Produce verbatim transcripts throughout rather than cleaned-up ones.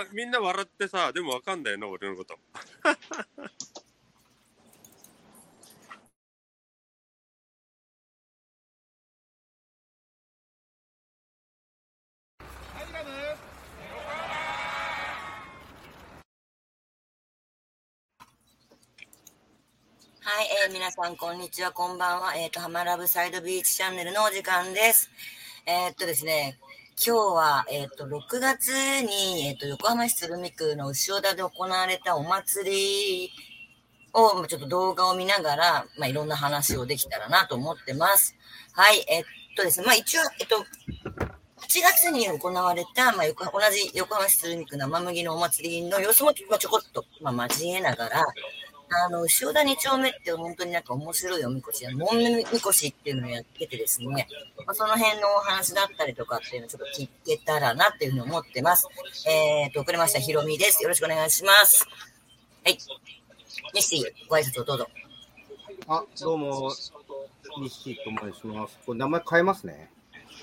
な、みんな笑ってさ、でもわかんないな、俺のこと。 はい、えー、皆さんこんにちは、こんばんは。えっ、ー、と、ハマラブサイドビーチチャンネルのお時間です。えー、っとですね、今日は、えっ、ー、と、ろくがつに、えっ、と、横浜市鶴見区の潮田で行われたお祭りを、ちょっと動画を見ながら、まあ、いろんな話をできたらなと思ってます。はい、えっとですね、まあ、一応、えっと、はちがつに行われた、まあ、横同じ横浜市鶴見区生麦のお祭りの様子もちょこっと、まあ、交えながら、あの、潮田に丁目って本当になんか面白いおみこしや、門みこしっていうのをやっててですね、まあ、その辺のお話だったりとかっていうのをちょっと聞けたらなっていうふうに思ってます。えーと、遅れました、ひろみです。よろしくお願いします。はい。ニッシー、ご挨拶をどうぞ。 あ、どうも、ニッシーと申します。これ名前変えますね。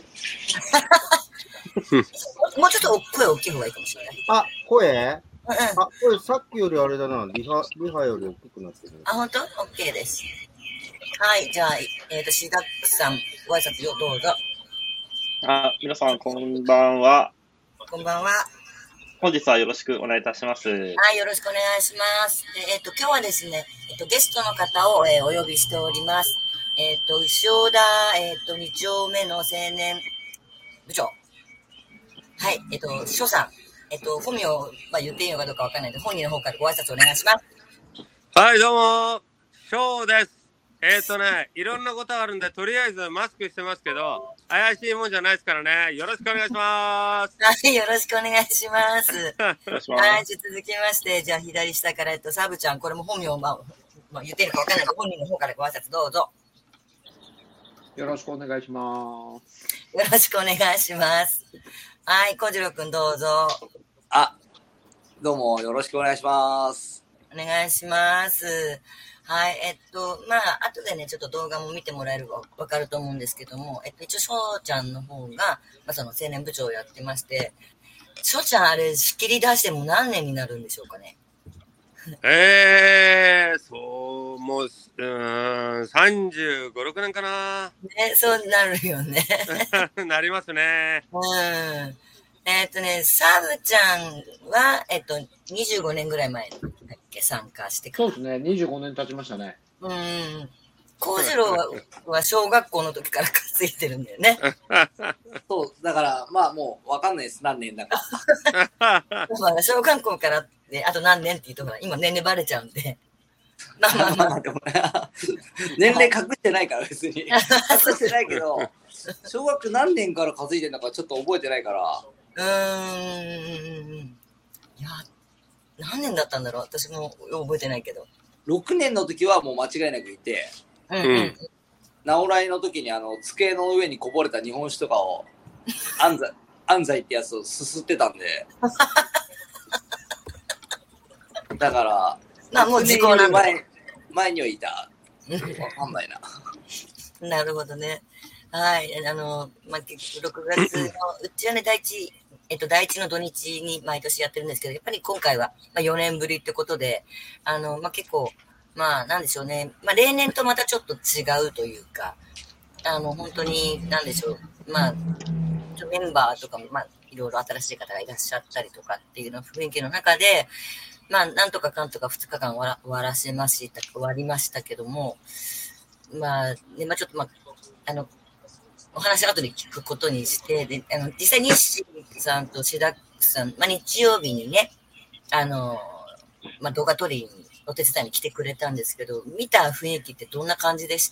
もうちょっと声大きい方がいいかもしれない。 あ、声うんうん、 あ、これさっきよりあれだな、リハ、リハより大きくなってる。 あ、本当 ?OK です。はい、じゃあ、えっ、ー、と、シダックさん、ご挨拶をどうぞ。 あ、皆さん、こんばんは。 こんばんは。 本日はよろしくお願いいたします。はい、 よろしくお願いします。えっ、ー、と、今日はですね、えっ、ー、と、ゲストの方を、えー、お呼びしております。えっ、ー、と、潮田、えっ、と、に丁目の青年部長。はい、えっ、と、翔さん。えっと、本名は言っていいのかどうかわかんないので、本人の方からご挨拶お願いします。 はい、どうも、翔です。えっ、ー、とね、いろんなことあるんで、とりあえずマスクしてますけど、怪しいもんじゃないですからね。よろしくお願いします。 はい、よろしくお願いします。はい、続きまして、じゃあ左下から、えっと、サブちゃん、これも本名、まあ、まあ、言っていいのかわかんないので、本人の方からご挨拶どうぞ。 よろしくお願いします。 よろしくお願いします。はい、小次郎くんどうぞ。 あ、どうもよろしくお願いします。 お願いします。はい、えっと、まあ、後でね、ちょっと動画も見てもらえればわかると思うんですけども、えっと、一応、翔ちゃんの方が、まあ、その青年部長をやってまして、翔ちゃんあれ、仕切り出しても何年になるんでしょうかね。 えー、そう、もう、うーん、さんじゅうご、ろくねんかな。 ね、そうなるよね。 なりますね。 うん。えっとね、サブちゃんは、えっと、にじゅうごねんぐらい前だっけ、参加してから。そうですね、にじゅうごねん経ちましたね。 うん。幸次郎は、は小学校の時から担いでるんだよね。 そう、だから、まあもうわかんないです、何年だか。 まあ、小学校からで、あと何年って言うとほら、今年齢バレちゃうんで。 まあまあまあ、でもね、年齢隠してないから別に。隠してないけど、小学何年から担いでるのかちょっと覚えてないから。 うーん。いや、何年だったんだろう、私も覚えてないけど。 ろくねんの時はもう間違いなくいて、 うんうん。 直来の時にあの、机の上にこぼれた日本酒とかを、安西、安西ってやつをすすってたんで。だから、 まあもう時効なんだ。 前、前にはいた。わかんないな。 なるほどね。はい。あの、まあ、ろくがつの、うちはね、第一、えっと、第一の土日に毎年やってるんですけど、やっぱり今回はよねんぶりってことで、あの、まあ、結構、まあ、なんでしょうね。まあ、例年とまたちょっと違うというか、あの、本当に、なんでしょう。まあ、メンバーとかも、まあ、いろいろ新しい方がいらっしゃったりとかっていうの雰囲気の中で、まあ、なんとかかんとかふつかかん終わら、終わらせました、終わりましたけども、まあ、ね、まあちょっとまあ、あの、お話後で聞くことにして、で、あの、実際に西さんとシダックさん、まあ日曜日にね、あの、まあ動画撮りに、お手伝いに来てくれたんですけど、見た雰囲気ってどんな感じでした？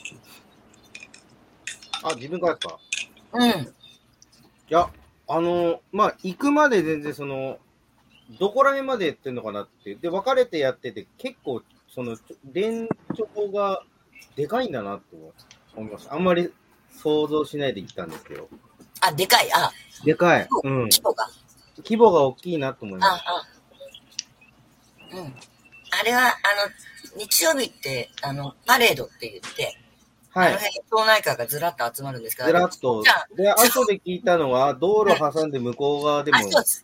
あ、自分からですか？ うん。いや、あの、まあ、行くまで全然その、どこら辺までやってんのかなって。で、分かれてやってて、結構、その、連長がでかいんだなって思いました。あんまり想像しないで行ったんですけど。 あ、でかい。あ、 でかい。うん。 規模が。 規模が大きいなと思いました。 あ、あ。うん。あれは、あの、日曜日って、あの、パレードって言って、はい、あの辺、町内会がずらっと集まるんですけど、 ずらっと。で、後で聞いたのは、道路挟んで向こう側でもやっ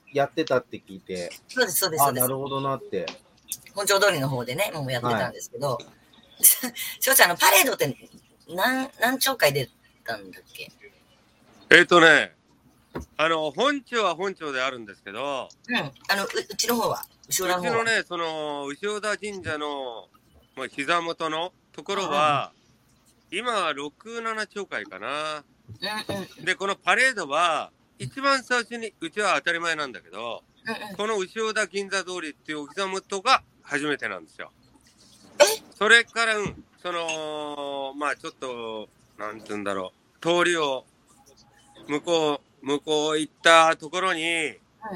やってたって聞いて、 そうです、そうです、そうです。 あ、なるほどなって。 本町通りの方でね、もうやってたんですけど、翔ちゃん、あの、パレードって何、何町会出たんだっけ？ えっとね、あの、本町は本町であるんですけど、 うん、あの、う, うちの方は、後ろの方は。 うちのね、その、後田神社の、まあ、膝元のところは、今はろく、なな町会かな。 うんうん、 で、このパレードは、一番最初に、うちは当たり前なんだけど、 うんうん、 この後田銀座通りっていうお膝元が初めてなんですよ。それから、うん、その、まあちょっと、なんて言うんだろう、通りを、向こう、向こう行ったところに、うん、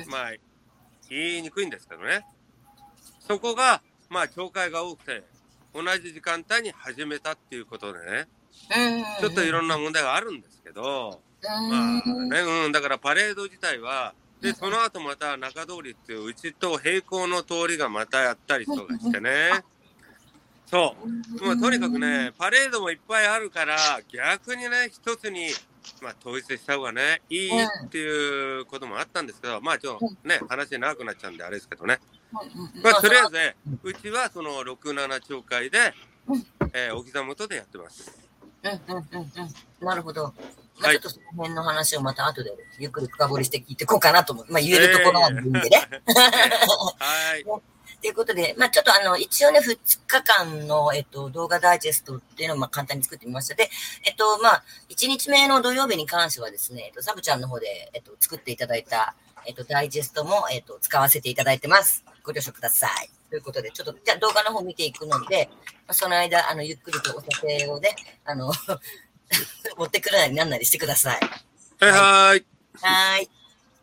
まあ、言いにくいんですけどね。そこが、まあ、町会が多くて、同じ時間帯に始めたっていうことでね、ちょっといろんな問題があるんですけど、まあね、うん、だからパレード自体は、で、その後また中通りっていう、うちと並行の通りがまたやったりとかしてね。そう。まあ、とにかくね、パレードもいっぱいあるから、逆にね、一つに、まあ、統一した方がね、いいっていうこともあったんですけど、まあ、ちょっとね、話長くなっちゃうんであれですけどね。まあ、とりあえずね、うちはそのろく、なな町会で、えー、お膝元でやってます。 うんうんうんうん。なるほど。まあ、ちょっとその辺の話をまた後でゆっくり深掘りして聞いていこうかなと思う。まあ、言えるところなんでいいんでね。 はい。 ということで、まあ、ちょっとあの、一応ね、ふつかかんの、えっと、動画ダイジェストっていうのを、まあ、簡単に作ってみました。で、えっと、まあ、いちにちめの土曜日に関してはですね、えっと、サブちゃんの方で、えっと、作っていただいた、えっと、ダイジェストも、えっと、使わせていただいてます。ご了承ください。ということで、ちょっと、じゃあ動画の方見ていくので、まあ、その間、あの、ゆっくりとお酒をね、あの、持ってくるなりなんなりしてください。 はいはい。 はい。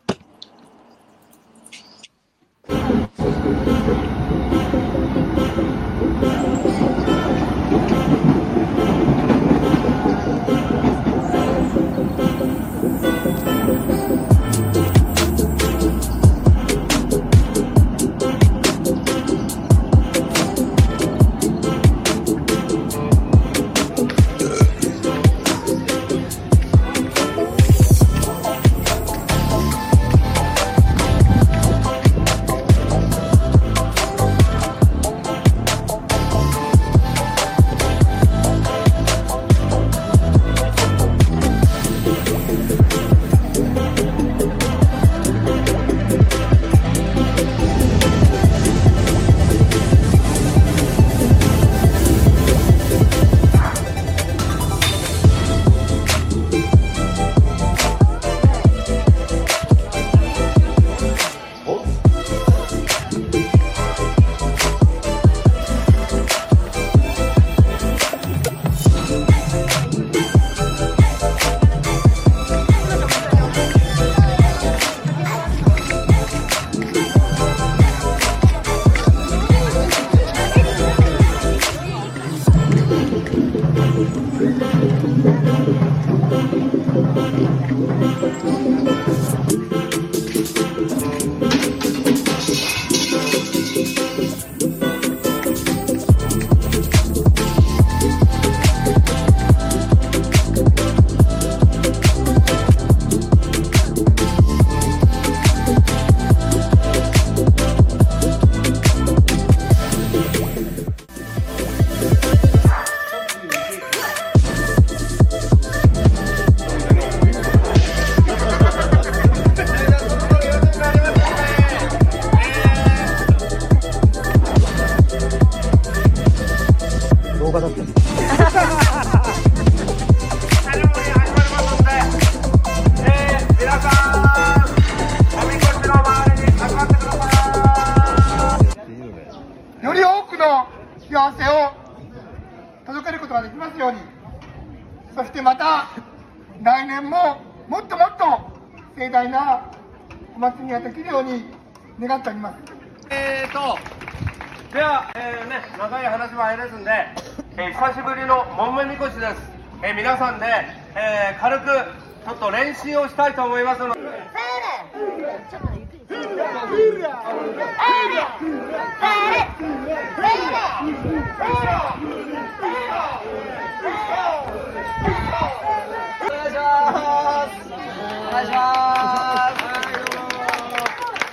そしてまた来年ももっともっと盛大なお祭りができるように願っております。 えーとでは、えーね、長い話は入れずんで、えー、久しぶりのもんめみこしです。えー、皆さんで、えー、軽くちょっと練習をしたいと思いますので。 お願いします。お願いします。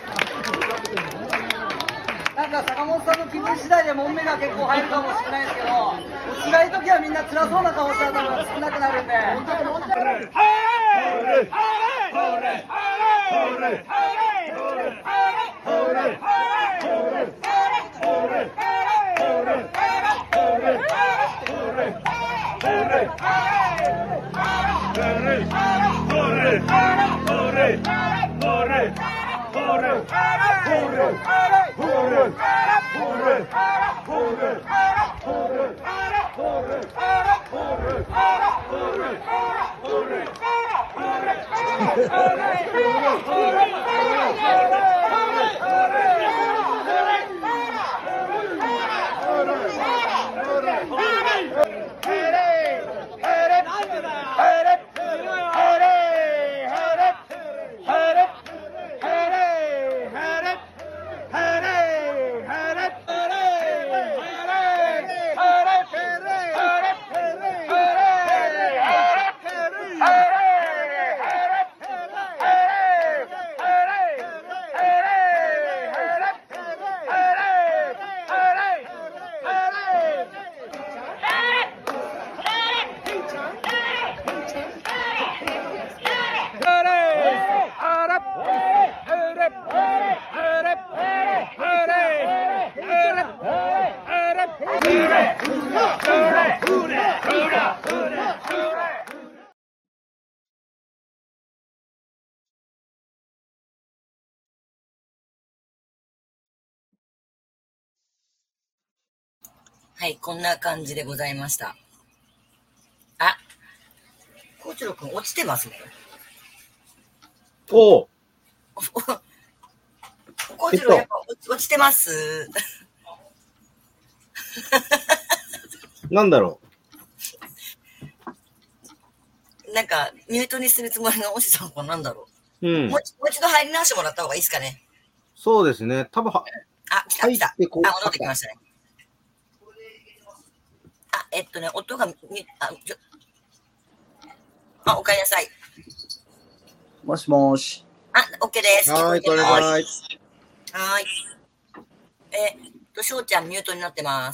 本さんの気分次第でもんめが結構入るかもしれないですけど、辛い時はみんな辛そうな顔したら多分少なくなるんで。 はい、こんな感じでございました。あ、コウチロ君落ちてますね。 おう。 コウチロやっぱ落ちてます。 なんだろう。なんかミュートにするつもりのおじさんはなんだろう。うん。 もう一度入り直してもらった方がいいですかね。 そうですね。多分は。 あ、来た来た。あ、戻ってきましたね。あ、えっとね、音がみ、あ、ちょ、あ、おかえりなさい。 もしもし。 あ、OK です。 はい、これはい。 はい。えっと、しょうちゃんミュートになってます。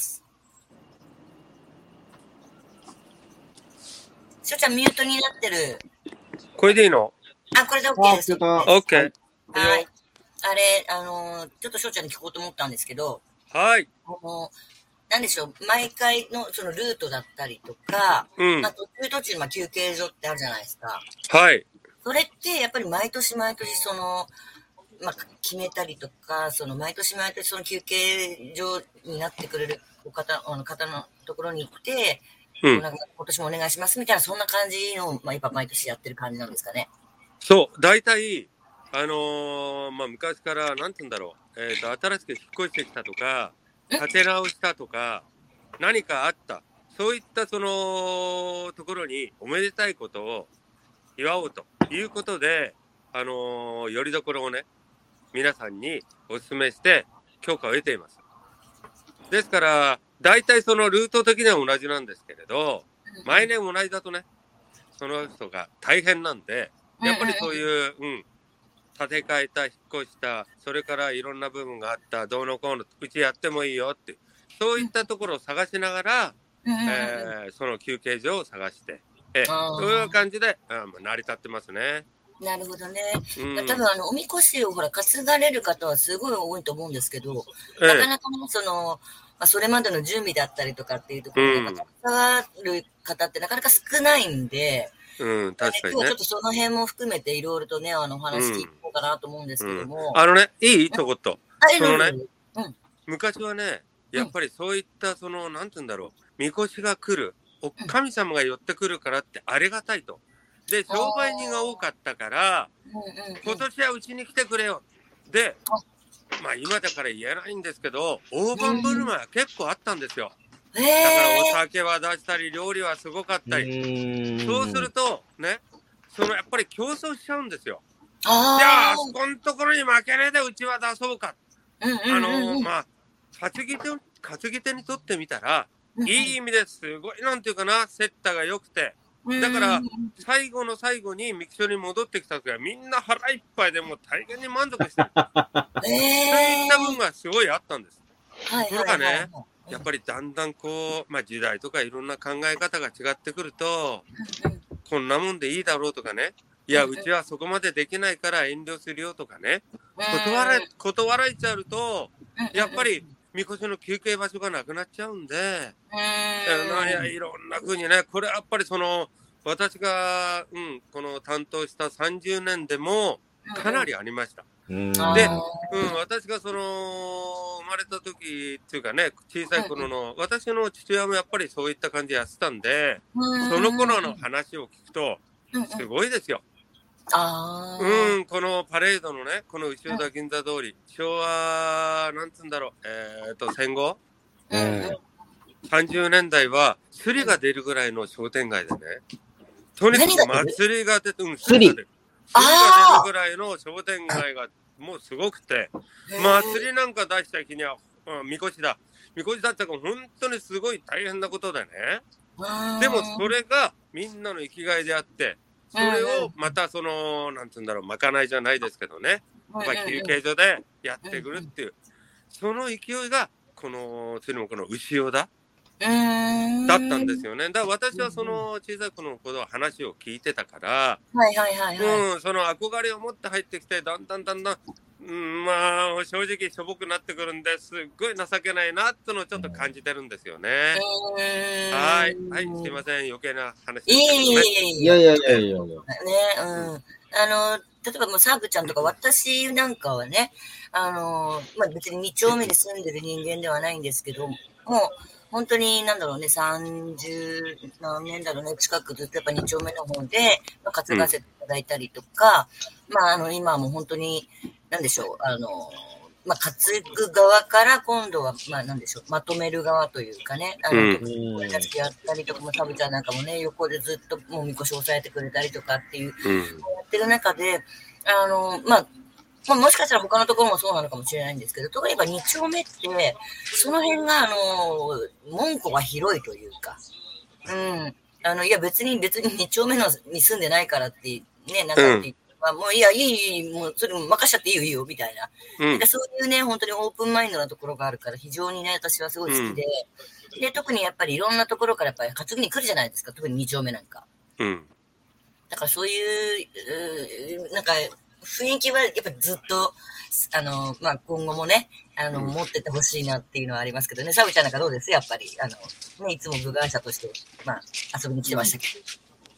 しょうちゃんミュートになってる。 これでいいの？ あ、これで OK です。 OK。はい。 はい。あれ、あのー、ちょっとしょうちゃんに聞こうと思ったんですけど、 はい。 あのなんでしょう、毎回のそのルートだったりとか、 うん、 まあ、途中途中、まあ、休憩所ってあるじゃないですか。 はい。 それってやっぱり毎年毎年その、まあ、決めたりとか、その毎年毎年その休憩所になってくれるお方、あの方のところに行って、うん、なんか今年もお願いしますみたいな、そんな感じの、まあ、今毎年やってる感じなんですかね。 そう、大体、あのー、まあ、昔から、なんて言うんだろう、えっと、新しく引っ越してきたとか、建て直したとか、何かあった。そういったそのところにおめでたいことを祝おうということで、あのー、よりどころをね、皆さんにお勧めして許可を得ています。ですから、大体そのルート的には同じなんですけれど、毎年同じだとね、その人が大変なんで、やっぱりそういう、うん、建て替えた、引っ越した、それからいろんな部分があった、どうのこうの、うちやってもいいよって、そういったところを探しながら、うんえー、その休憩所を探して、えー、そういう感じで、うん、成り立ってますね。 なるほどね。うん、多分あのおみこしをほら担がれる方はすごい多いと思うんですけど、えー、なかなかその、まあ、それまでの準備だったりとかっていうところで、関わる方ってなかなか少ないんで、 うん、確かにね。 今日はちょっとその辺も含めていろいろとね、あのお話聞こうかなと思うんですけども。 うんうん、あのね、いいちょこっと。 あそのね、 うん、 昔はね、やっぱりそういった、その、なんて言うんだろう、みこしが来る、お神様が寄ってくるからってありがたいと。で、商売人が多かったから、今年はうちに来てくれよ。で、まあ今だから言えないんですけど、大盤振る舞いは結構あったんですよ。だからお酒は出したり、料理はすごかったり。そうすると、ね、そのやっぱり競争しちゃうんですよ。じゃあ、あそこのところに負けねえでうちは出そうか。あの、まあ、担ぎ手、担ぎ手にとってみたら、いい意味ですごい、なんていうかな、セッターが良くて。だから、最後の最後にミキショに戻ってきた時は、みんな腹いっぱいでもう大変に満足してる。そういった分がすごいあったんです。 はいところがね、 うんやっぱりだんだんこう、まあ、時代とかいろんな考え方が違ってくると、こんなもんでいいだろうとかね、いや、うちはそこまでできないから遠慮するよとかね、断られ、断られちゃうと、やっぱり、みこしの休憩場所がなくなっちゃうんで、いや、いろんな風にね、これやっぱりその、私が、うん、この担当したさんじゅうねんでも、かなりありました。 うんで、うん、私がその、生まれた時っていうかね、小さい頃の、私の父親もやっぱりそういった感じでやってたんで、その頃の話を聞くと、すごいですよ。 あうん、このパレードのね、この後ろ田銀座通り、昭和、なんつうんだろう、えっと、戦後、 うん、 さんじゅうねんだいは、スリが出るぐらいの商店街でね、とにかく祭りが出て、うん、スリが出る。スリが出るぐらいの商店街がもうすごくて、祭りなんか出した日には、うん、みこしだ。みこしだったから本当にすごい大変なことだね。でもそれがみんなの生きがいであって、それをまたその、なんていうんだろう、まかないじゃないですけどね、まあ、休憩所でやってくるっていう、その勢いが、この、それもこの牛尾田だったんですよね。だから私はその小さい頃のことは話を聞いてたから、 はいはいはいはい。 うん、その憧れを持って入ってきて、だんだんだんだん、うん、まあ、正直しょぼくなってくるんで、すっごい情けないなってのをちょっと感じてるんですよね。はい。はい、すいません。余計な話ですけどね。 いやいやいやいやいや。 ね、うん。あの、例えばもうサーブちゃんとか私なんかはね、あの、まあ、別にに丁目に住んでる人間ではないんですけど、もう、本当に、なんだろうね、さんじゅう何年だろうね、近くずっとやっぱに丁目の方で、まあ、担がせていただいたりとか、うん、まあ、あの、今はもう本当に、なんでしょう、あの、まあ、担ぐ側から今度は、まあ、なんでしょう、まとめる側というかね、あの、うん、やったりとかも、サブちゃんなんかもね、横でずっともうみこしを押さえてくれたりとかっていう、うん、やってる中で、あの、まあ、まあ、もしかしたら他のところもそうなのかもしれないんですけど、特にやっぱに丁目って、その辺が、あの、門戸が広いというか、うん。あの、いや別に、別にに丁目のに住んでないからって、ね、なんかって、うん、まあ、もういや、いい、いい、もうそれも任しちゃっていいよ、いいよ、みたいな。うん、なんかそういうね、本当にオープンマインドなところがあるから、非常にね、私はすごい好きで、うん、で、特にやっぱりいろんなところからやっぱり担ぎに来るじゃないですか、特にに丁目なんか。うん。だからそういう、うなんか、雰囲気はやっぱりずっと、あの、まあ、今後もね、あの、持っててほしいなっていうのはありますけどね。サブちゃんなんかどうですやっぱり、あの、ね、いつも部外者として、まあ、遊びに来てましたけど。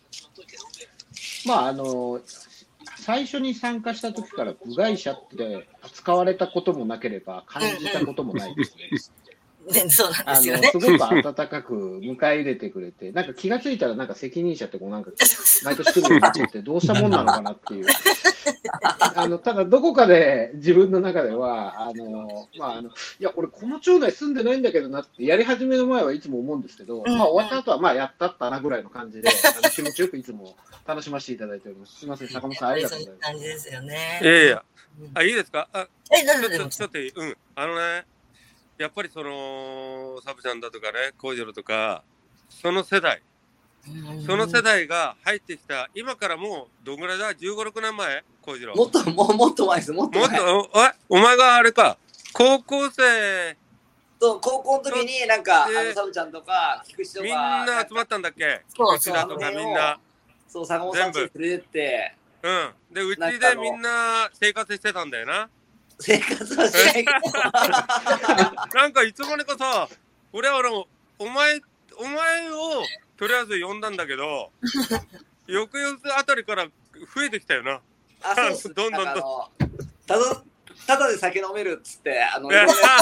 まあ、あの、最初に参加した時から部外者って扱われたこともなければ感じたこともないですね。 そうなんですよね。 すごく温かく迎え入れてくれて、なんか気がついたらなんか責任者ってこうなんか毎年来るようになってどうしたもんなのかなっていう。あのただどこかで自分の中ではあのまああのいや俺この町内住んでないんだけどなってやり始めの前はいつも思うんですけど、まあ終わった後はまあやったったなぐらいの感じであの気持ちよくいつも楽しませていただいております。すみません坂本さんありがとうございます。 感じですよね。 いやいやあいいですか。あえ何でちょちょっといいうんあのね。やっぱりそのサブちゃんだとかねコージロとかその世代その世代が入ってきた今からもうどんぐらいだじゅうご、ろくねんまえコージロもっとももっと前ですもっと前もっとおお前があれか高校生と高校の時になんかあのサブちゃんとか菊池とかみんな集まったんだっけそう菊池だとかみんなそう坂本さんちに連れてってうんでうちでみんな生活してたんだよな生活はしないけどなんかいつまでかさ俺は俺もお前お前をとりあえず呼んだんだけど翌々あたりから増えてきたよな。 あそうっすどんどんどんただただで酒飲めるっつってあの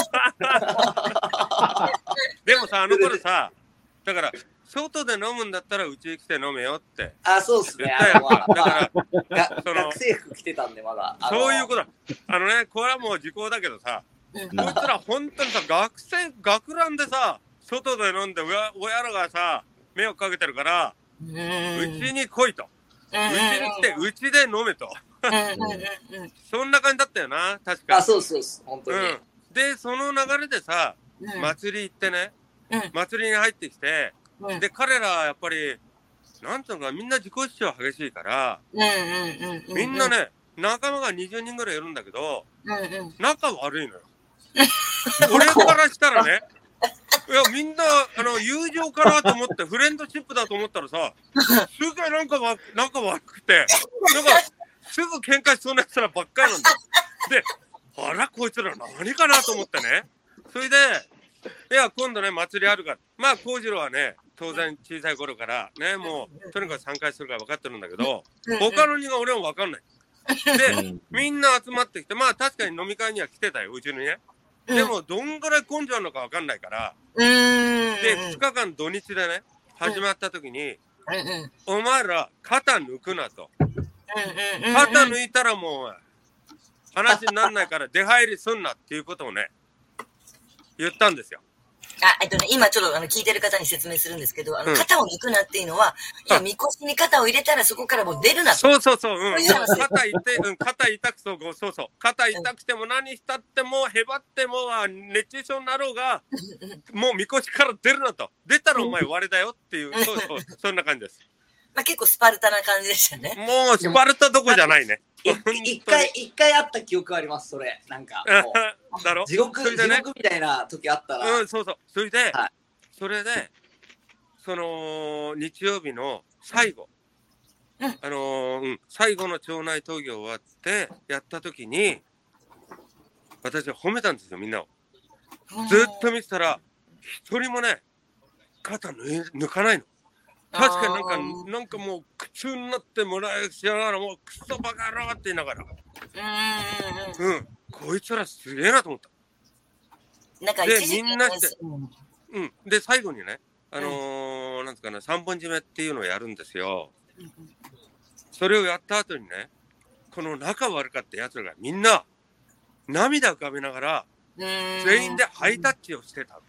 でもさあの頃さだから外で飲むんだったらうちに来て飲めよってあそうっすねあのだからその学生服着てたんでまだそういうことあのねこれはもう時効だけどさこいつら本当にさ学生学ランでさ外で飲んで親親らがさ迷惑かけてるからうちに来いとうちに来てうちで飲めとそんな感じだったよな確かあそうそうそう本当に、うん、 でその流れでさ祭り行ってね祭りに入ってきてで彼らやっぱりなんていうのかみんな自己主張激しいからみんなね仲間がにじゅうにんぐらいいるんだけど仲悪いのよ俺からしたらね、いや、みんな、あの、友情かなと思って、フレンドシップだと思ったらさ、すぐなんかわ、なんか悪くて、なんか、すぐ喧嘩しそうな奴らばっかりなんだよ。で、あら、こいつら何かなと思ってね。それで、いや、今度ね、祭りあるから。まあ、幸次郎はね、当然小さい頃からね、もう、とにかく参加するから分かってるんだけど、他のにが俺も分かんない。で、みんな集まってきて、まあ、確かに飲み会には来てたよ、うちにね。でも、どんぐらい根性あるのか分かんないから、で、ふつかかん土日でね、始まった時に、お前ら、肩抜くなと。肩抜いたらもう、話にならないから出入りすんなっていうことをね、言ったんですよ。 あ、えっとね、今ちょっとあの聞いてる方に説明するんですけど、あの、うん、肩を抜くなっていうのは、いや、みこしに肩を入れたらそこからもう出るなと。 そうそうそう、うん。肩痛て、うん、肩痛くそう、そうそう。肩痛くても何したっても、へばっても、熱中症になろうが、もうみこしから出るなと。出たらお前終わりだよっていう、そうそう、そんな感じです。 まあ、結構スパルタな感じでしたね。 もうスパルタどこじゃないね。 一回、一回あった記憶あります、それ。なんか。 だろ地獄、ね、地獄みたいな時あったら。 うん、そうそう。それで、 はい、 それで、その、日曜日の最後、うん、あのー、うん、最後の町内闘技終わって、やった時に、私は褒めたんですよ、みんなを。ずっと見てたら、一人もね、肩抜かないの。確かになんか、なんかもう苦痛になってもらえしながら、もうクソバカ野郎って言いながら。うん。こいつらすげえなと思った。 なんかで、みんなして、うん。で、最後にね、あのー、なんですかね、三本締めっていうのをやるんですよ。それをやった後にね、この仲悪かった奴らがみんな、涙浮かべながら、全員でハイタッチをしてた。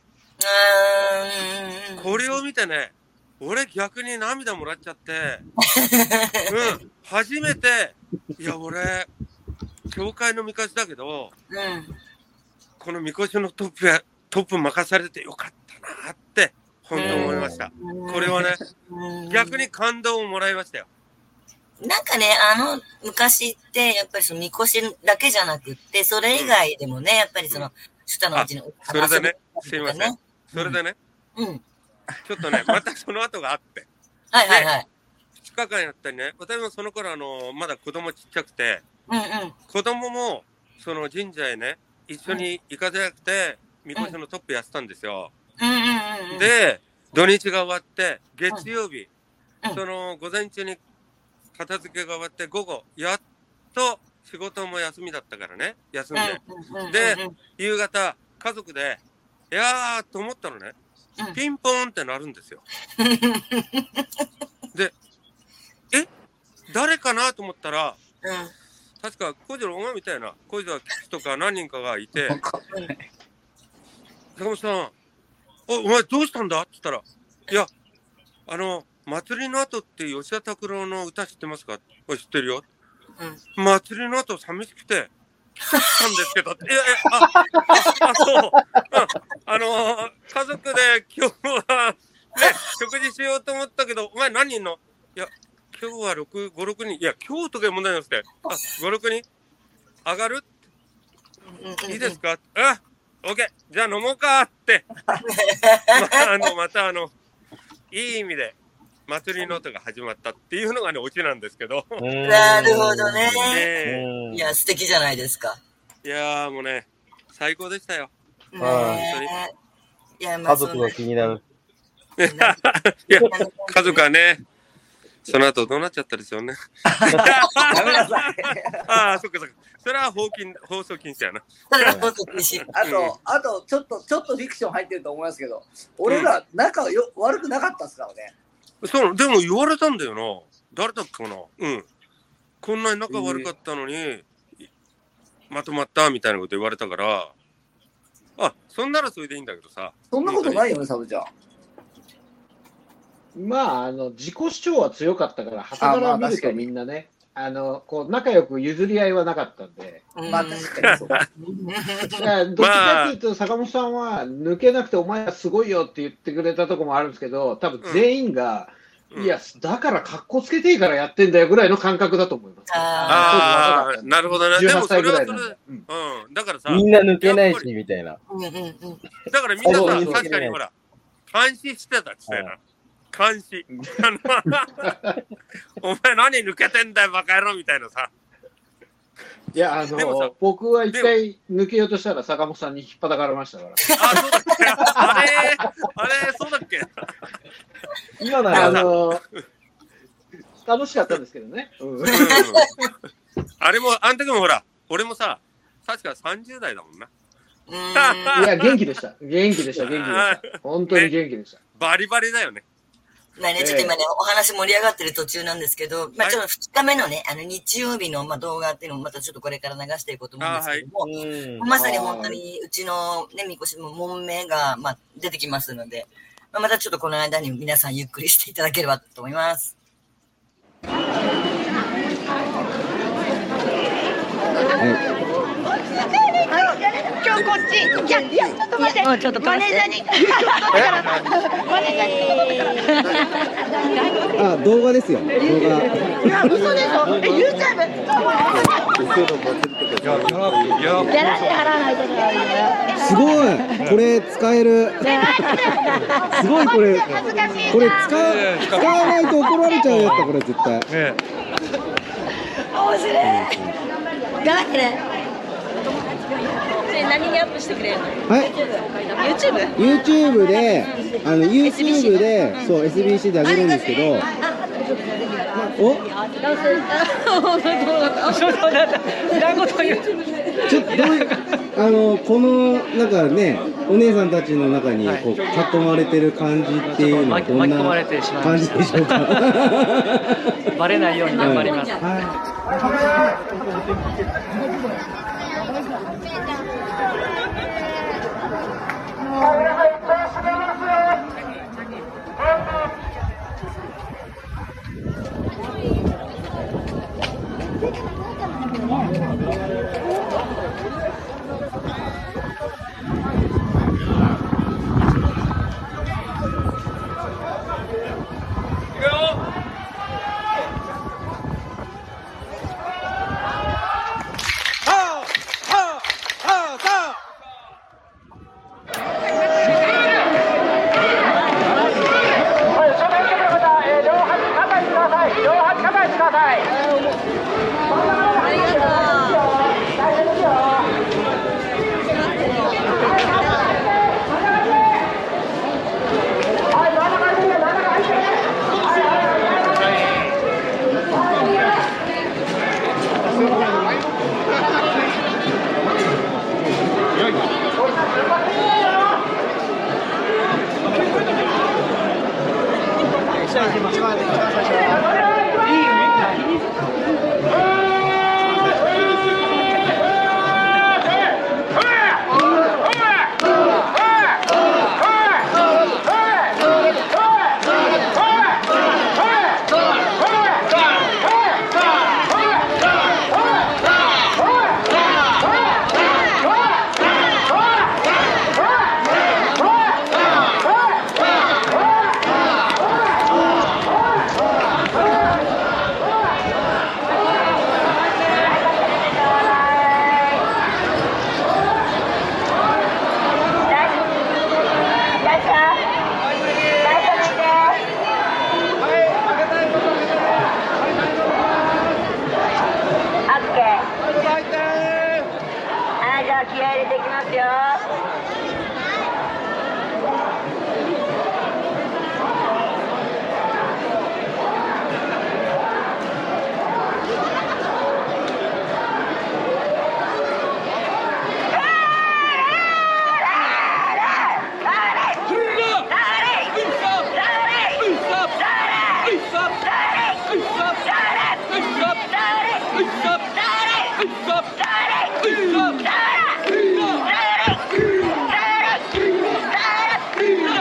これを見てね、俺逆に涙もらっちゃって、うん、初めて、いや俺、教会のみこしだけど、うん、このみこしのトップや、トップ任されてよかったなって、本当思いました。これはね、逆に感動をもらいましたよ。 なんかね、あの、昔って、やっぱりそのみこしだけじゃなくって、それ以外でもね、やっぱりその、下のうちの、 それでね、すいません。それでね、うん。ちょっとね、またその後があって。 はいはいはい。 ふつかかんやったりね、私もその頃あの、まだ子供ちっちゃくて、 うんうん、 子供も、その神社へね、一緒に行かせなくて、みこしのトップやってたんですよ。で、土日が終わって、月曜日、うん、その午前中に片付けが終わって、午後、やっと仕事も休みだったからね、休んで。で、夕方、家族で、いやーと思ったのね。ピンポーンってなるんですよ。で、え誰かなと思ったら、うん、確か小次郎お前みたいな小次郎とか何人かがいて、坂本さん、お、お前どうしたんだって言ったら、いや、あの、祭りの後って吉田拓郎の歌知ってますか？知ってるよ。うん、祭りの後寂しくて、なんですけど、いやいや、あ、あ、あそう、うん、あのー、家族で今日は、ね、食事しようと思ったけど、お前何人の？いや、今日はろく、ご、ろくにん、いや、今日とか問題なくて、あ、ご、ろくにん上がる？いいですか？あ、オッケー、じゃあ飲もうかって、まあ、あの、またあの、いい意味で、祭りの音が始まったっていうのがね、オチなんですけど。 なるほどね。ねいや、素敵じゃないですか。 いやー、もうね、最高でしたよ。 ねえ。いや、まあ、家族が気になる。 いや、家族はね、その後どうなっちゃったでしょうね。 やめなさい。 ああ、そっかそっか。それは放禁放送禁止やな。 それは放送禁止。 あと、あと、ちょっと、ちょっとフィクション入ってると思いますけど、俺ら仲よ、うん、悪くなかったっすからね。 そう、でも言われたんだよな。誰だっけかな。うん。こんなに仲悪かったのに、えー、まとまったみたいなこと言われたから、あ、そんならそれでいいんだけどさ。 そんなことないよね、サブちゃん。 まあ、あの、自己主張は強かったから、はたから見るとみんなね、あの、こう、仲良く譲り合いはなかったんで。 まあ、確かにそう。だからどっちかっていうと、坂本さんは、抜けなくてお前はすごいよって言ってくれたとこもあるんですけど、多分全員が、 うん、 いや、だから格好つけていいからやってんだよぐらいの感覚だと思います。 ああ、なるほどね。 じゅうはっさいぐらいでもそれはそれ、うん、うん、だからさ、 みんな抜けないし、みたいな。 うんうんうん。 だからみんなさ、確かにほら、監視してたって言ったよな。監視。お前何抜けてんだよ、バカ野郎みたいなさ。 いや、あの、僕は一回抜けようとしたら坂本さんに引っ叩かれましたから。 あ、そうだっけあれあれそうだっけ今なら、あの、楽しかったんですけどね。うん、 あれも、あの時もほら、俺もさ、確かさんじゅう代だもんな。 いや、元気でした。元気でした、元気でした。本当に元気でした。 ね、バリバリだよね。 まあね、ちょっと今ね、お話盛り上がってる途中なんですけど、まあちょっとふつかめのね、あの日曜日のまあ動画っていうのもまたちょっとこれから流していこうと思うんですけども、はい、まさに本当にうちのね、みこしも門名がまあ出てきますので、まあ、またちょっとこの間に皆さんゆっくりしていただければと思います。 今日こっち。いや、いや、ちょっと待って。もうちょっとマネージャーに。マネージャーに。 あ、動画ですよ。動画。 いや、嘘でしょ。え、YouTube。ギャラで払わないといけない。 すごい。これ使える。すごいこれ。これ使使わないと怒られちゃうやつだこれ絶対。 面白い。頑張ってね。何にアップしてくれるの？ はい。 YouTube？ YouTube で、あの YouTube で、そう エスビーシー で上げるんですけど。お？ちょっとどういうあのこのなんかねお姉さんたちの中にこう囲まれてる感じっていうのはどんな感じでしょうか。 バレないように頑張ります。 Stop!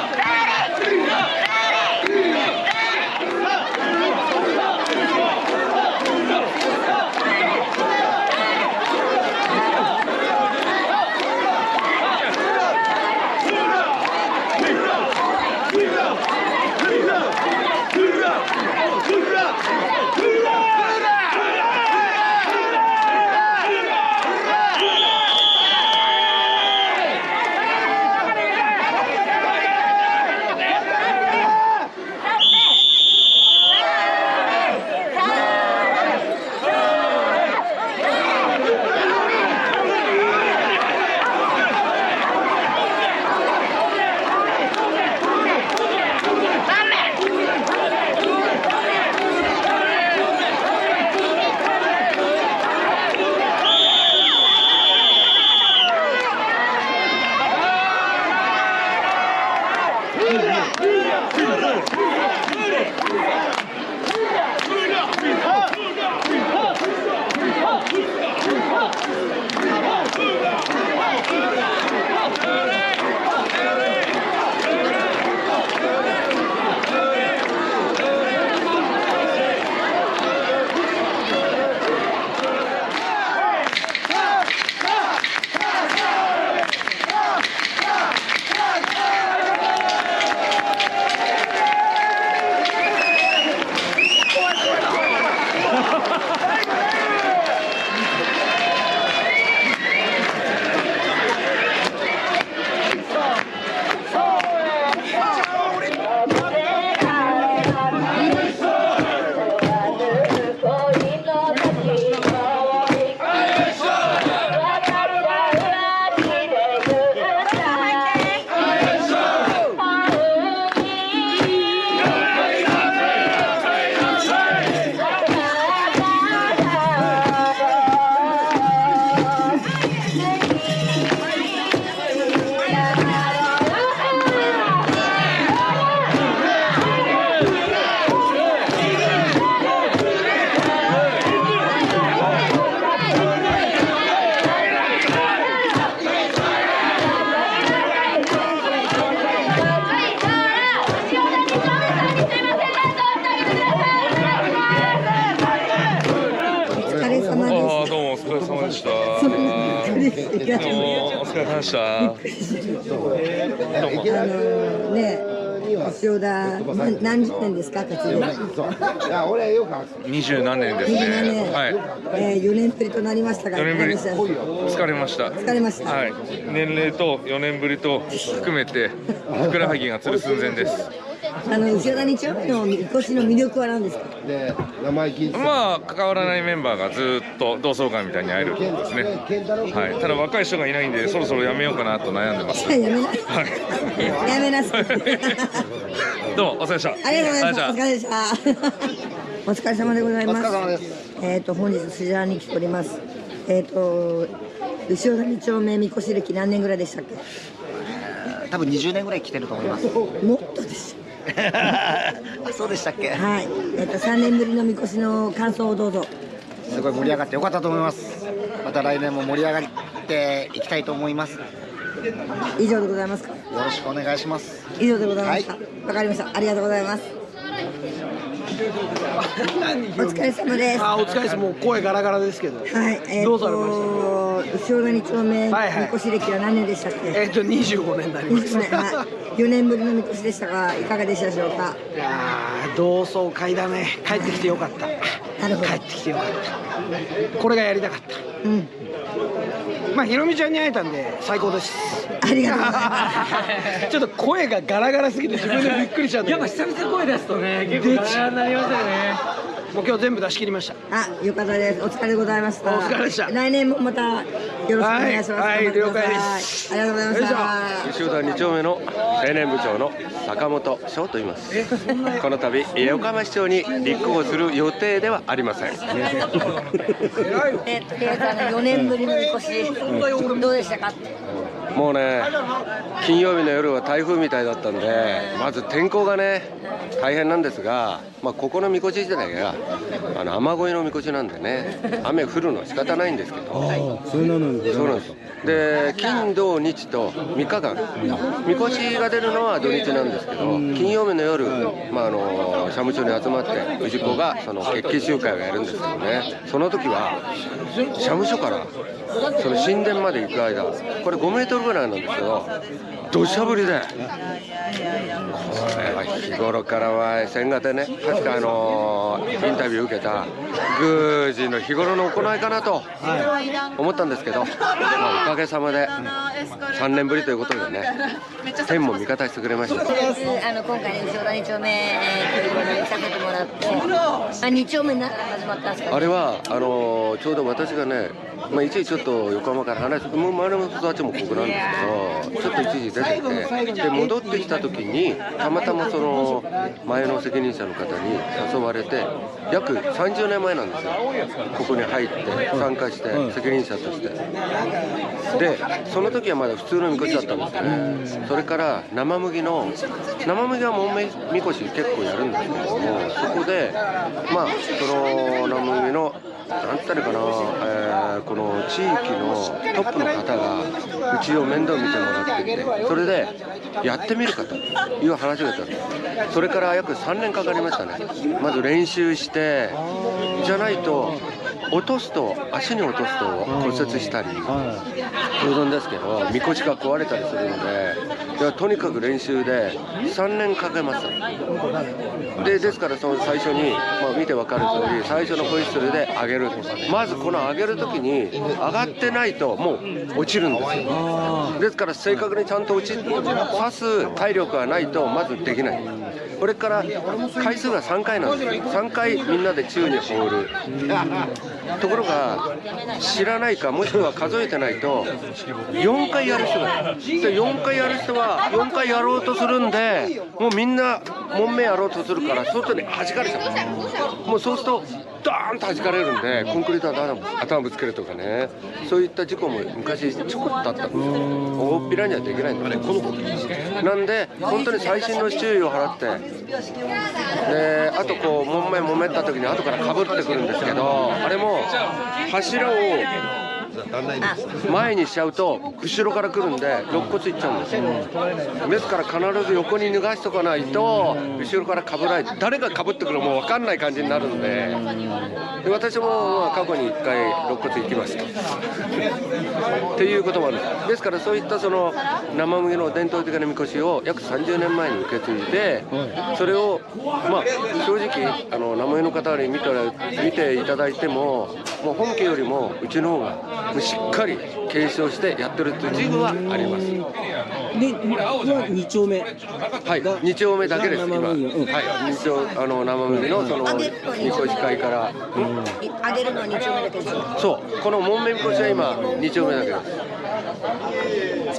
がとうございます。 お疲れ様でした。 あのね、塩田何十年ですか、活動。 二十何年ですね。はい。 えー、よねんぶりとなりましたが、 よねんぶり。 いかがでした？ 疲れました。 疲れました。 はい。年齢とよねんぶりと含めてふくらはぎがつる寸前です。 あの後ろにちょっとみこしの魅力は何ですか？ まあ関わらないメンバーがずっと同窓会みたいに会えるんですね。はい。ただ若い人がいないんでそろそろやめようかなと悩んでます。 やめなさい。 はい。 やめなさい。 どうもお疲れ様でした。 ありがとうございました。お疲れでした。お疲れ様でございます。 お疲れ様です。 えっと本日スジャーに来ております。えっと後ろに丁目みこし歴何年ぐらいでしたっけ？ 多分にじゅうねんぐらい来てると思います。 もっとです。 そうでしたっけ？ はい。えっとさんねんぶりのみこしの感想をどうぞ。 すごい盛り上がってよかったと思います。また来年も盛り上がっていきたいと思います。 以上でございますか。よろしくお願いします。 以上でございました。わ、はい、かりました。ありがとうございます。お疲れ様です。 あ、お疲れです。もう声ガラガラですけど。 はい。えー、どうされました？後ろに丁目みこし歴は何年でしたっけ？ えっとにじゅうごねんになりました。 はい。よねんぶりのみこしでしたがいかがでしたでしょうか？ いやー、同窓会だね。帰ってきてよかった。 なるほど。 帰ってきてよかった。これがやりたかった。うん。まあひろみちゃんに会えたんで最高です。 ありがとうございます。 ちょっと声がガラガラすぎて自分でびっくりしちゃうんで。 やっぱ久々声出すとね、結構ガラガラになりますよね。 もう今日全部出し切りました。 あ、よかったです。お疲れでございました。 お疲れでした。 来年もまたよろしくお願いします。 はい、はい、了解です。 ありがとうございました。 後田に丁目の青年部長の坂本翔と言います。この度横浜市長に立候補する予定ではありません。 えとりあえずあのよねんぶりのみこしどうでしたか？ もうね、金曜日の夜は台風みたいだったんで、まず天候がね大変なんですが、まあ、ここのみこし自体があの雨乞いのみこしなんでね、雨降るのは仕方ないんですけど、 それなのにそうなんですよ。で、金土日とみっかかんみこしが出るのは土日なんですけど、金曜日の夜、まあ、あの社務所に集まって氏子がその決起集会をやるんですけどね、その時は社務所からその神殿まで行く間、これごメートルぐらいなんですけど、土砂降りで、これは日頃からは千賀でね、確かあのインタビュー受けた宮司の日頃の行いかなと思ったんですけど、まあ、おかげさまでさんねんぶりということでね、天も味方してくれました。 あの今回ね、後田に丁目ということにさせてもらって、あに丁目になって始まったんですか？ あれはあのちょうど私がね、まあ、一時ちょっと横浜から離れて、もう周りの人たちもここなんですけど、ちょっと一時出てて、で戻ってきた時にたまたまその前の責任者の方に誘われて、約さんじゅうねんまえなんですよ、ここに入って参加して責任者として。でその時はまだ普通のみこしだったんですね。それから生麦の生麦はもめみこし結構やるんですけども、そこでまあその生麦のなんて言ったらいいかな、えー、この地域のトップの方がうちを面倒見てもらってて、それでやってみるかという話があったんです。それから約さんねんかかりましたね。まず練習して、じゃないと落とすと足に落とすと骨折したり、当然ですけどみこしが壊れたりするので、いやとにかく練習でさんねんかけました。でですからその最初に、まあ、見て分かる通り、最初のホイッスルで上げる。まずこの上げる時に上がってないともう落ちるんですよ。ですから正確にちゃんと落ち刺す体力がないとまずできない。これから回数がさんかいなんですよ。さんかいみんなで宙に放る。ところが知らないか、もしくは数えてないとよんかいやる人がいる。でよんかいやる人はよんかいやろうとするんで、もうみんなもんめやろうとするから外に弾かれちゃう。もうそうするとドーンと弾かれるんで、コンクリートの頭ぶつけるとかね、そういった事故も昔ちょこっとあったんですよ。大っぴらにはできないんだね、この子なんで本当に細心の注意を払って、であとこうもんめもめった時に後からかぶってくるんですけど、あれも柱を前にしちゃうと後ろから来るんで肋骨いっちゃうんですよ。ですから必ず横に脱がしとかないと後ろからかぶらない誰がかぶってくるかもう分かんない感じになるんで、で私もまあ過去にいっかい肋骨いきましたっていうこともあるんです。ですからそういったその生麦の伝統的なみこしを約さんじゅうねんまえに受け継いで、それをまあ正直あの生麦の方に見て見ていただいてももう本家よりもうちの方がしっかり継承してやってるっていう自負はあります。 で、はに丁目。 はい、に丁目だけです今。はい、に丁あの生麦のそのみこし会から。 あげるのはに丁目だけですよ。 そう、この門面みこしは今に丁目だけです。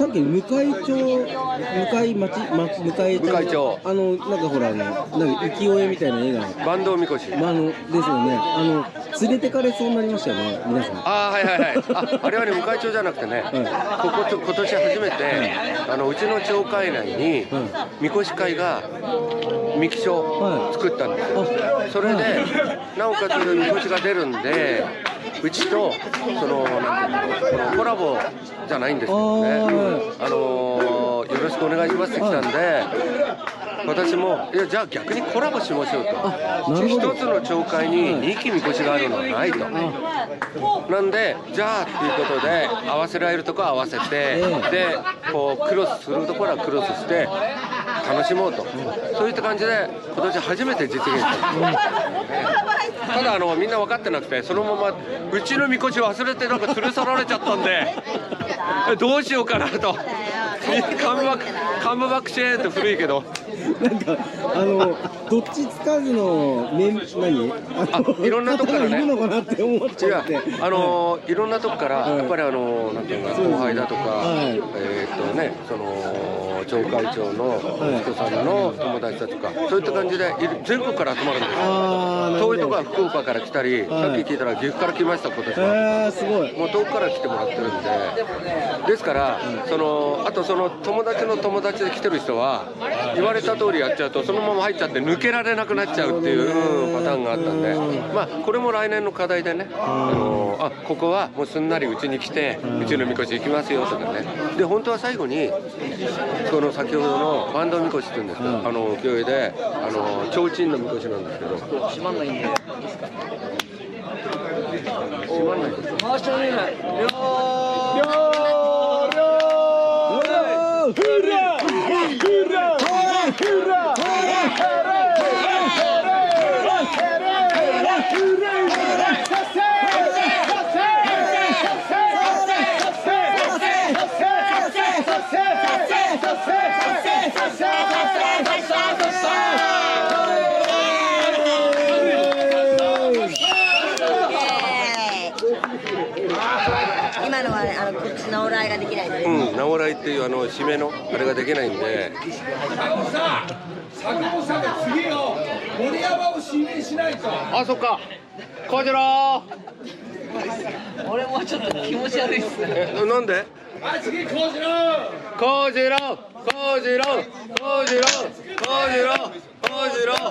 さっき向井町、向井町、ま、向井町、 向井町あのなんかほらあのなんか浮世絵みたいな絵が坂東みこし、 まあ、あのですよね。あの連れてかれそうになりましたよね皆さん。 ああはいはいはい。あ、あれはね向井町じゃなくてね、はい、ここ今年初めて、はい、あのうちの町会内にみこし会がみきしを作ったんですよ。はい、それで、はい、なおかつみこしが出るんで。うちとそのなんていうのこのコラボじゃないんですけどね、あのー、よろしくお願いしますって来たんで、私もいやじゃあ逆にコラボしましょうと、一つの町会ににきみこしがあるのはないと、なんでじゃあっていうことで合わせられるとこは合わせて、でこうクロスするところはクロスして楽しもうと、そういった感じで今年初めて実現したんです。ただあのみんな分かってなくてそのままうちのみこし忘れてなんか連れ去られちゃったんでどうしようかなとカムバックカムバックシェーンって古いけどなんかあのどっちつかずのメン何あいろんなとこからねいるのかなって思っちゃって、 あのいろんなとこからやっぱりあのなんていうか後輩だとか、はい、えっとねその町会長の人さんの友達だとかそういった感じで全国から集まるんですよ。遠いとこは福岡から来たり、さっき聞いたら岐阜から来ました今年は。 えー、すごい。 もう遠くから来てもらってるんで、ですからそのあとその友達の友達で来てる人は言われた通りやっちゃうとそのまま入っちゃって抜けられなくなっちゃうっていうパターンがあったんで、まあこれも来年の課題でね、あのあここはもうすんなりうちに来てうちのみこし行きますよとかね。で本当は最後にその先ほどの坂東みこしって言うんですけど、あの浮世絵であの提灯のみこしなんですけど。閉まんないんでいいですか。閉まんないです。回してみない。りょうりょうりょう。フラフラフラフラ。 今のはあの口の直らいができないんで、 うん、直らいっていうあの締めのあれができないんで。 あのさ、坂本さんが次の森山を指名しないと。 あ、そっか。こちら。 俺もちょっと気持ち悪いっすね。 え、なんで？ はい、次、こじろう。こじろう。こじろう。こじろう。こじろう。こじろう。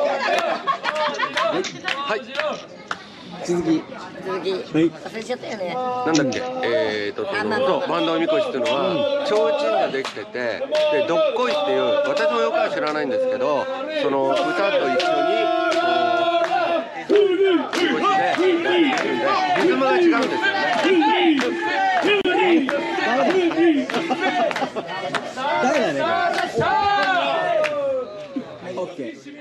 はい。 続き。 続き。 はい。 忘れちゃったよね。 なんだっけ、えーと、その、坂東みこしっていうのは、提灯ができてて、で、どっこいっていう、私もよくは知らないんですけど、その歌と一緒に、こう、みこしでやってるんで、リズムが違うんですよね。 誰だね、これ。オッケー。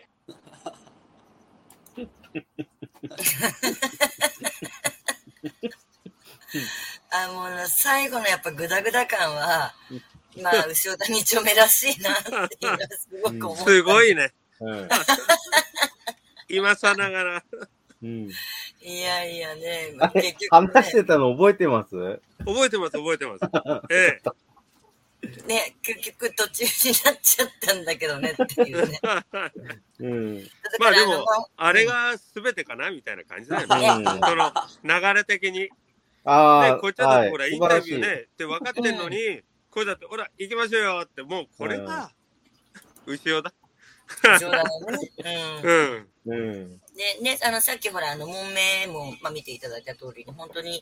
あもう最後のやっぱグダグダ感はまあ後ろ田に丁目らしいなっていうのはすごく思った。 すごいね。うん、今さながら。 うん、いやいやね。 あれ結局ね話してたの覚えてます？ 覚えてます覚えてます。ええ。 ね、結局途中になっちゃったんだけどねっていうね。 うん、まあでも、あれが全てかなみたいな感じだよね。うん、その流れ的に。あね、こっちだってほら、はい、インタビューね、って分かってんのに、これだって、ほら、行きましょうよって、もうこれが、後ろだ。 後ろだもんね。うん。うん。で、ね、あの、さっきほら、あの、門名も、まあ見ていただいた通りに、本当に、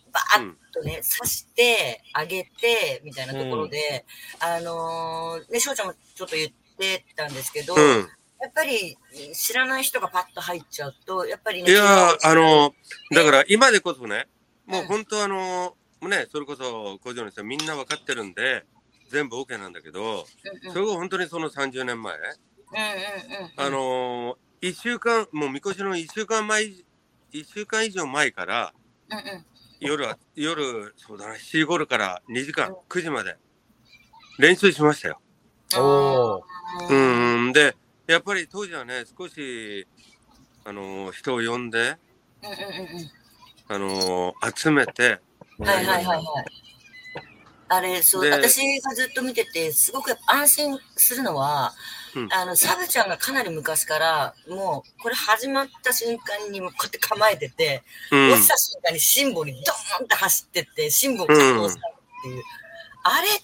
バーッとね、刺してあげてみたいなところで、うん、あのー、ね、翔ちゃんもちょっと言ってたんですけど、うん、やっぱり知らない人がパッと入っちゃうと、やっぱりね、 いやー、あのー、だから今でこそね、もう本当あのー、ね、それこそ工場の人みんな分かってるんで、全部 OK なんだけど、うんうん、それが本当にそのさんじゅうねんまえ、あのー、いっしゅうかん、もうみこしのいっしゅうかんまえ、いっしゅうかん以上前から、うんうん、夜は、夜、そうだな、しちじ頃からにじかん、くじまで練習しましたよ。おー。うん、で、やっぱり当時はね、少し、あのー、人を呼んで、うんうんうん、あのー、集めて、 はいはいはいはい。あれ、そう、私がずっと見てて、すごく安心するのは、うん、あの、サブちゃんがかなり昔から、もう、これ始まった瞬間にもこうやって構えてて、うん、落ちた瞬間に辛抱にドーンって走ってって、辛抱を確保したっていう。うん、あれって、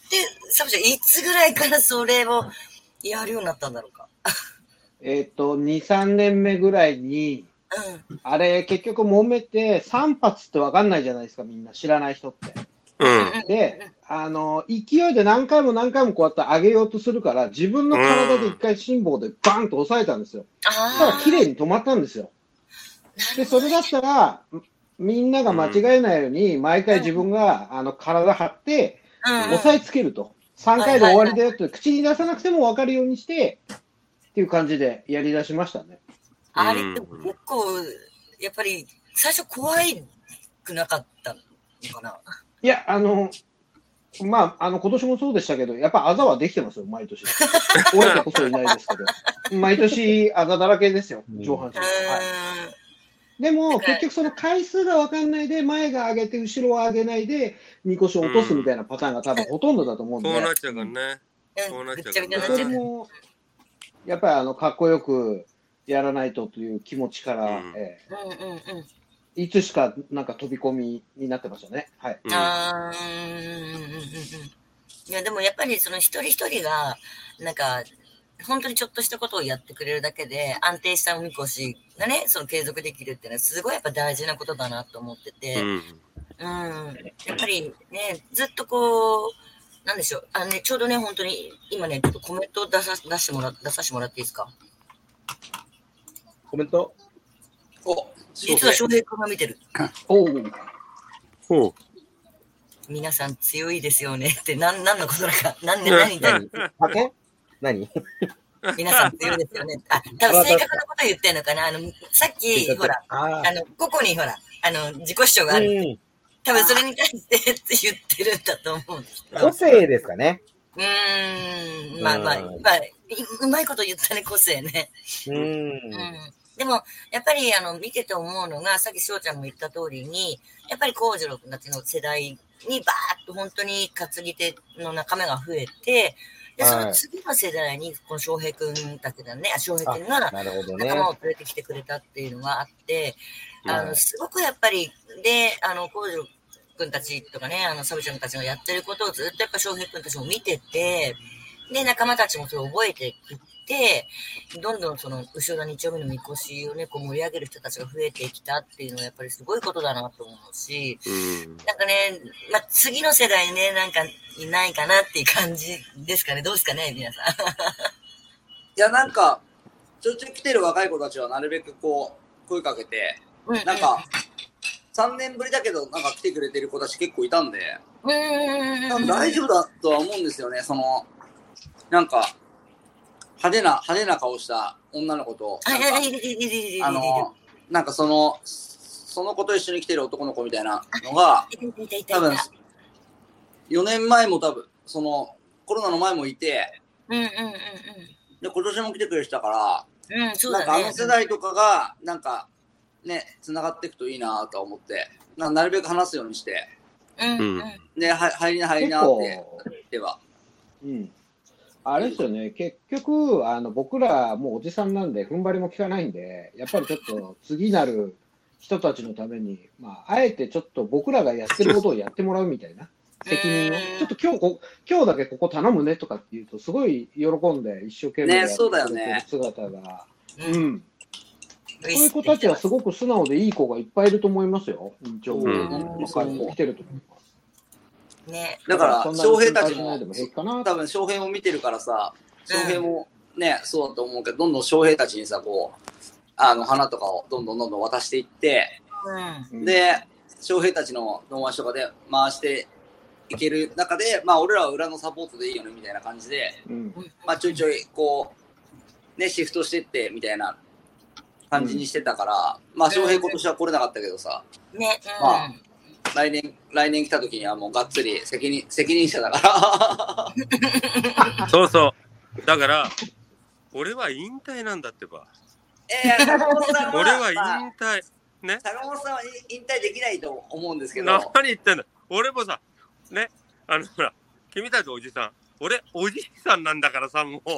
サブちゃん、いつぐらいからそれをやるようになったんだろうか。 えっと、に、さんねんめぐらいに、うん、あれ、結局揉めて、さん発ってわかんないじゃないですか、みんな。知らない人って。うん、で、あの、勢いで何回も何回もこうやって上げようとするから、自分の体で一回辛抱でバンと押さえたんですよ。そしたら綺麗に止まったんですよ。で、それだったら、みんなが間違えないように、毎回自分が、あの、体張って、押さえつけると。さんかいで終わりだよって、口に出さなくても分かるようにして、っていう感じでやり出しましたね。 あれって結構、やっぱり、最初怖いくなかったのかな。 いや、あの、まあ、あの、今年もそうでしたけど、やっぱあざはできてますよ、毎年。折れてこそいないですけど。毎年あざだらけですよ、上半身。はい、でも、結局その回数がわかんないで、前が上げて、後ろは上げないで、みこしを落とすみたいなパターンが多分ほとんどだと思うんで。 そうなっちゃうからね。そうなっちゃうからね。 それも、やっぱりあの、かっこよくやらないとという気持ちから、うんえーうんうんうんいつしかなんか飛び込みになってましたね。はい。あいやでもやっぱりその一人一人がなんか本当にちょっとしたことをやってくれるだけで安定したおみこしがねその継続できるっていうのはすごいやっぱ大事なことだなと思ってて、うん、うん、やっぱりねずっとこうなんでしょうあのねちょうどね本当に今ねちょっとコメントを出さ出してもら出させてもらっていいですか。 コメント。 お。実は翔平君が見てる。おお。皆さん強いですよねって何何のことだか何で何何何何皆さん強いですよね。あ多分正確なこと言ってんのかなあのさっきほらあのここにほらあの自己主張がある、うん、多分それに対してって言ってるんだと思うんですけど。 個性ですかね。 うーんまあまあまあうまいこと言ったね個性ね。うん。うんでも、やっぱり、あの、見てて思うのが、さっき翔ちゃんも言った通りに、やっぱり幸次郎君たちの世代にバーッと本当に担ぎ手の仲間が増えて、で、その次の世代に、この翔平君たちだね、あ、翔平君が仲間を連れてきてくれたっていうのがあって、あの、すごくやっぱり、で、あの、幸次郎君たちとかね、あの、サブちゃんたちがやってることをずっとやっぱ翔平君たちも見てて、で、仲間たちもそれを覚えていって、どんどんその後ろのに丁目のみこしをね、こう盛り上げる人たちが増えてきたっていうのはやっぱりすごいことだなと思うし、うん、なんかね、まあ、次の世代ね、なんかいないかなっていう感じですかね。どうですかね、皆さん。いや、なんか、ちょいちょい来てる若い子たちはなるべくこう、声かけて、うんうん、なんか、さんねんぶりだけど、なんか来てくれてる子たち結構いたんで、うん大丈夫だとは思うんですよね、その、なんか、派手な、派手な顔した女の子と、あの、なんかその、その子と一緒に来てる男の子みたいなのが、多分、よねんまえも多分、その、コロナの前もいて、うんうんうんうん、で、今年も来てくれてたから、うんそうだね、なんかあの世代とかが、なんか、ね、繋がっていくといいなと思って、な, なるべく話すようにして、うんうん、で、は入りな、入りなって言は。 うんあれですよね、結局、あの僕らもうおじさんなんで、踏ん張りも効かないんで、やっぱりちょっと次なる人たちのために、まあ、あえてちょっと僕らがやってることをやってもらうみたいな責任を、ちょっと今日こ、今日だけここ頼むねとかって言うと、すごい喜んで一生懸命やってくれてる姿が、ね、うん、 そういう子たちはすごく素直でいい子がいっぱいいると思いますよ。一応、他に来てると思います。 ね。 だから、翔平たちも、多分翔平も見てるからさ、翔平もね、そうだと思うけど、どんどん翔平たちにさ、こう、あの、花とかをどんどんどんどん渡していって、うん、で、翔平たちの友達とかで回していける中で、まあ、俺らは裏のサポートでいいよね、みたいな感じで、うん、まあ、ちょいちょい、こう、ね、シフトしてって、みたいな感じにしてたから、うん、まあ、翔平今年は来れなかったけどさ、ね、うん、まあ、来年、来年来た時にはもうがっつり責任、責任者だから。 そうそう。だから、俺は引退なんだってば。 えー、坂本さんは、 俺は引退。ね。 坂本さんは引退できないと思うんですけど。 何言ってんだ。俺もさ、ね、あの、ほら、君たちおじさん。俺、おじいさんなんだからさ、もう。ね。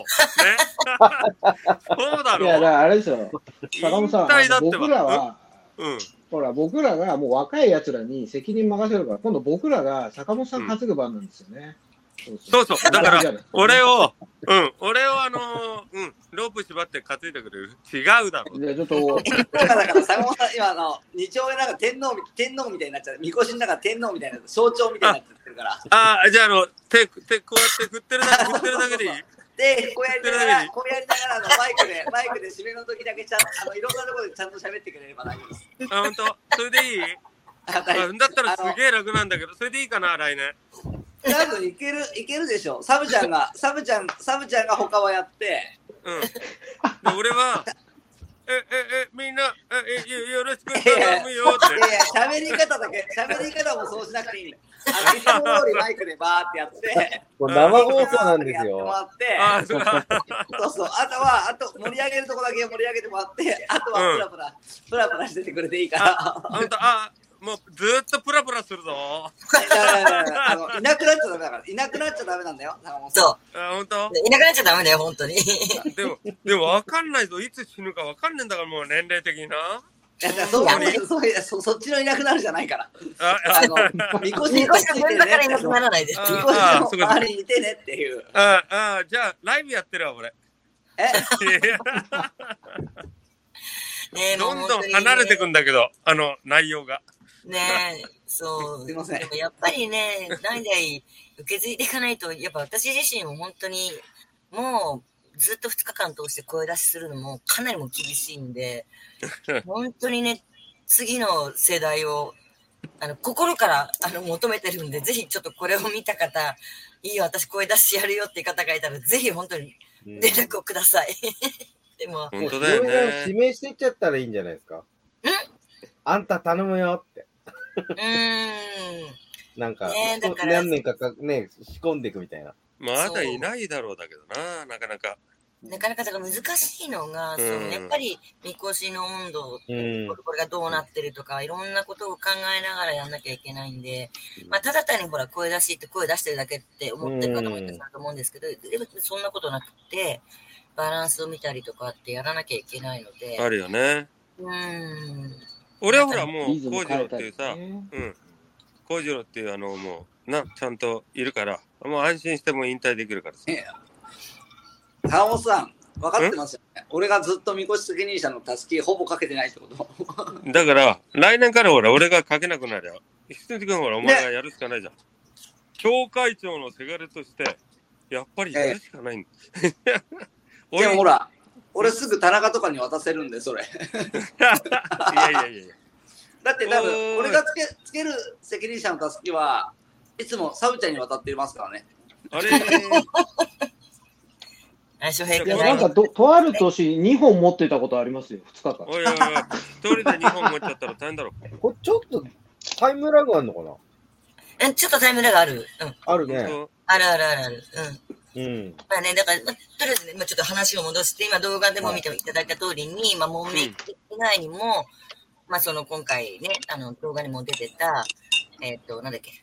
そうだろ。 いや、だからあれですよ。坂本さん、僕らは、うん。ほら、僕らがもう若い奴らに責任任せるから、今度僕らが坂本さん担ぐ番なんですよね。 うん、そうそう。だから、俺を、うん、俺をあのー、うん、ロープ縛って担いでくれる。違うだろ。 いや、ちょっと。 だから、坂本さん、今、あの、二丁目なんか天皇、天皇みたいになっちゃう。みこしの中天皇みたいな、象徴みたいになっちゃってるから。 ああ、じゃあ、あの、手、手、こうやって振ってるだけ、振ってるだけでいいで、こうやりながら、こうやりながら、あの、マイクで、マイクで締めの時だけちゃんと、あの、いろんなところでちゃんと喋ってくれれば大丈夫です。 あ、ほんとそれでいいあだったらすげえ楽なんだけど、それでいいかな、来年。 多分いける、いけるでしょ。サブちゃんが、サブちゃん、サブちゃんが他はやって、 うん。で俺は、え、え、え、みんな、え、よよろしく頼むよって。 いやいや、喋り方だけ、喋り方もそうしなくていい。あの、いつも通りマイクでバーってやって、 生放送なんですよ。 あそうそう。あとは、あと盛り上げるとこだけ盛り上げてもらって、あとはプラプラ、うん、プラプラしててくれていいから。 あ、んと、あ、もうずーっとプラプラするぞ。 あのいなくなっちゃダメだから。いなくなっちゃダメなんだよ。 そう。 あ、本当？ いなくなっちゃダメだよ、本当に。 でも、でも分かんないぞ。いつ死ぬか分かんねえんだから、もう年齢的にな。 いや、そうそうそそっちのいなくなるじゃないから。あ、あの、みこしについてね。だからいなくならないです。 みこしの周りにいてねっていう。 ああ、じゃあ、ライブやってるわ、俺。 えねどんどん離れてくんだけど、あの、内容が。 ねえ、そう。 すいません。 でもやっぱりね、代々受け継いでいかないと、やっぱ私自身も本当に、もうずっとふつかかん通して声出しするのもかなりも厳しいんで、本当にね、次の世代を、あの、心からあの求めてるんで、ぜひちょっとこれを見た方、いいよ、私声出してやるよっていう方がいたら、ぜひ本当に連絡をください。 でも、本当だよね。指名していっちゃったらいいんじゃないですか。んあんた頼むよって。 うーん。 なんか、ね、だから何年かかね、仕込んでいくみたいな。 まだいないだろうだけどな、なかなか。 なかなかだから難しいのが、うん、そのやっぱりみこしの温度、うん、これがどうなってるとか、いろんなことを考えながらやんなきゃいけないんで、うん、まあ、ただ単にほら、声出しって声出してるだけって思ってる方もいると思うんですけど、うん、でもそんなことなくて、バランスを見たりとかってやらなきゃいけないので。 あるよね。 うん。 俺はほらもう、幸次郎っていうさ、うん。幸次郎っていうあの、もう、な、ちゃんといるから、もう安心しても引退できるからさ。 坂本さん、分かってますよね。俺がずっとみこし責任者のたすきほぼかけてないってことだから、来年からほら、俺がかけなくなりゃ、羊君ほら、お前がやるしかないじゃん。ね、教会長のせがれとして、やっぱりやるしかないんだ。ええ、でもほら、俺すぐ田中とかに渡せるんで、それ。いやいやいやいや。 だって多分、俺がつけ、つける責任者のたすきは、いつもサブちゃんに渡ってますからね。 あれなんかと、とある年にほん持ってたことありますよ、ふつかかん。 おいおいおい、一人でにほん持っちゃったら大変だろ。 これちょっとタイムラグあるのかな？ ちょっとタイムラグある。うん。 あるね。 あるあるあるある。うん。 うん。 まあね、だから、まあ、とりあえずね、まあ、ちょっと話を戻して、今動画でも見ていただいた通りに、まあ、もう以外にも、うん、まあ、その今回ね、あの、動画にも出てた、えっと、なんだっけ。